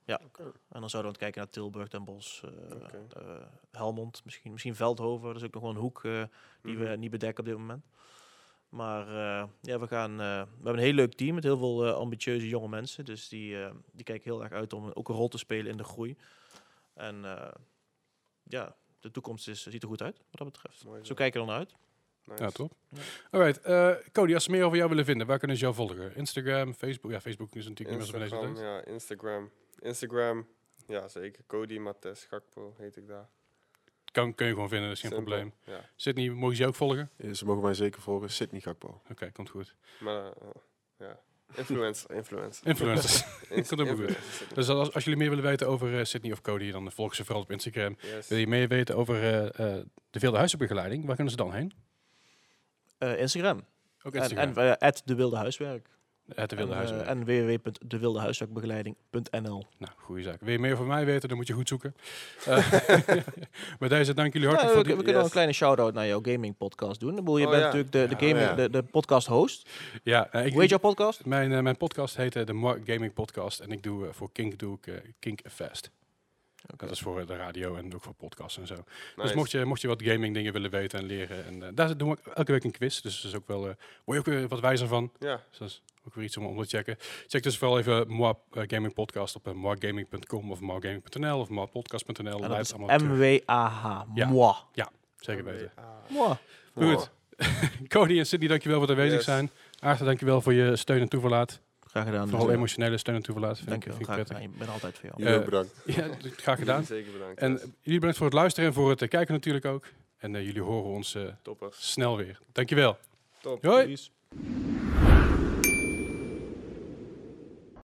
Ja, en dan zouden we aan het kijken naar Tilburg, Den Bosch, Helmond, misschien Veldhoven. Dat is ook nog wel een hoek die we niet bedekken op dit moment. Maar we hebben een heel leuk team met heel veel ambitieuze jonge mensen. Dus die kijken heel erg uit om ook een rol te spelen in de groei. En de toekomst ziet er goed uit, wat dat betreft. Mooi Zo kijken we er naar uit. Nice. Ja, top. Ja. Alright, Cody, als ze meer over jou willen vinden, waar kunnen ze jou volgen? Instagram, Facebook? Ja, Facebook is natuurlijk niet meer zo van deze tijd. Ja, Instagram. Ja, zeker. Cody Mattes Gakpo heet ik daar. Kun je gewoon vinden, dat is geen Simpel, probleem. Ja. Sydney, mogen ze jou ook volgen? Ja, ze mogen mij zeker volgen. Sydney Gakpo. Oké, komt goed. Maar influencer. Influencers. Komt ook goed. Dus als jullie meer willen weten over Sydney of Cody, dan volg ze vooral op Instagram. Yes. Wil je meer weten over de Wilde Huiswerkbegeleiding? Waar kunnen ze dan heen? Instagram. Ook Instagram. En @de Wilde Huiswerk. De Wilde Huiswerk. En www.dewildehuiswerkbegeleiding.nl. Nou, goede zaak. Wil je meer over mij weten, dan moet je goed zoeken. Bij deze dank jullie hartelijk voor we kunnen wel een kleine shout-out naar jouw gaming podcast doen. Je bent natuurlijk de podcast host. Ja, Hoe heet jouw podcast? Mijn podcast heet de Mark Gaming Podcast. En ik doe voor Kink Kink Fest. Dat is voor de radio en ook voor podcasts en zo. Nice. Dus mocht je wat gaming dingen willen weten en leren. En daar doen we elke week een quiz. Dus dat is ook wel, word je ook weer wat wijzer van. Ja. Dus dat is ook weer iets om te checken. Check dus vooral even Moi Gaming Podcast op moigaming.com of moigaming.nl of moipodcast.nl. En dat is MWAH. Ja. Moi. Zeker weten. Moi. Goed. Cody en Sydney, dankjewel voor het aanwezig zijn. Aarten, dankjewel voor je steun en toeverlaat. Graag gedaan. Vooral emotionele steun en toeverlaat. Dankjewel. Vind ik Graag prettig. gedaan. Ik ben altijd voor jou. Jullie ook bedankt. Ja, graag gedaan. Zeker bedankt. En jullie bedankt voor het luisteren en voor het kijken natuurlijk ook. En jullie horen ons Toppers. snel weer. Dankjewel. Top. Hoi. Peace.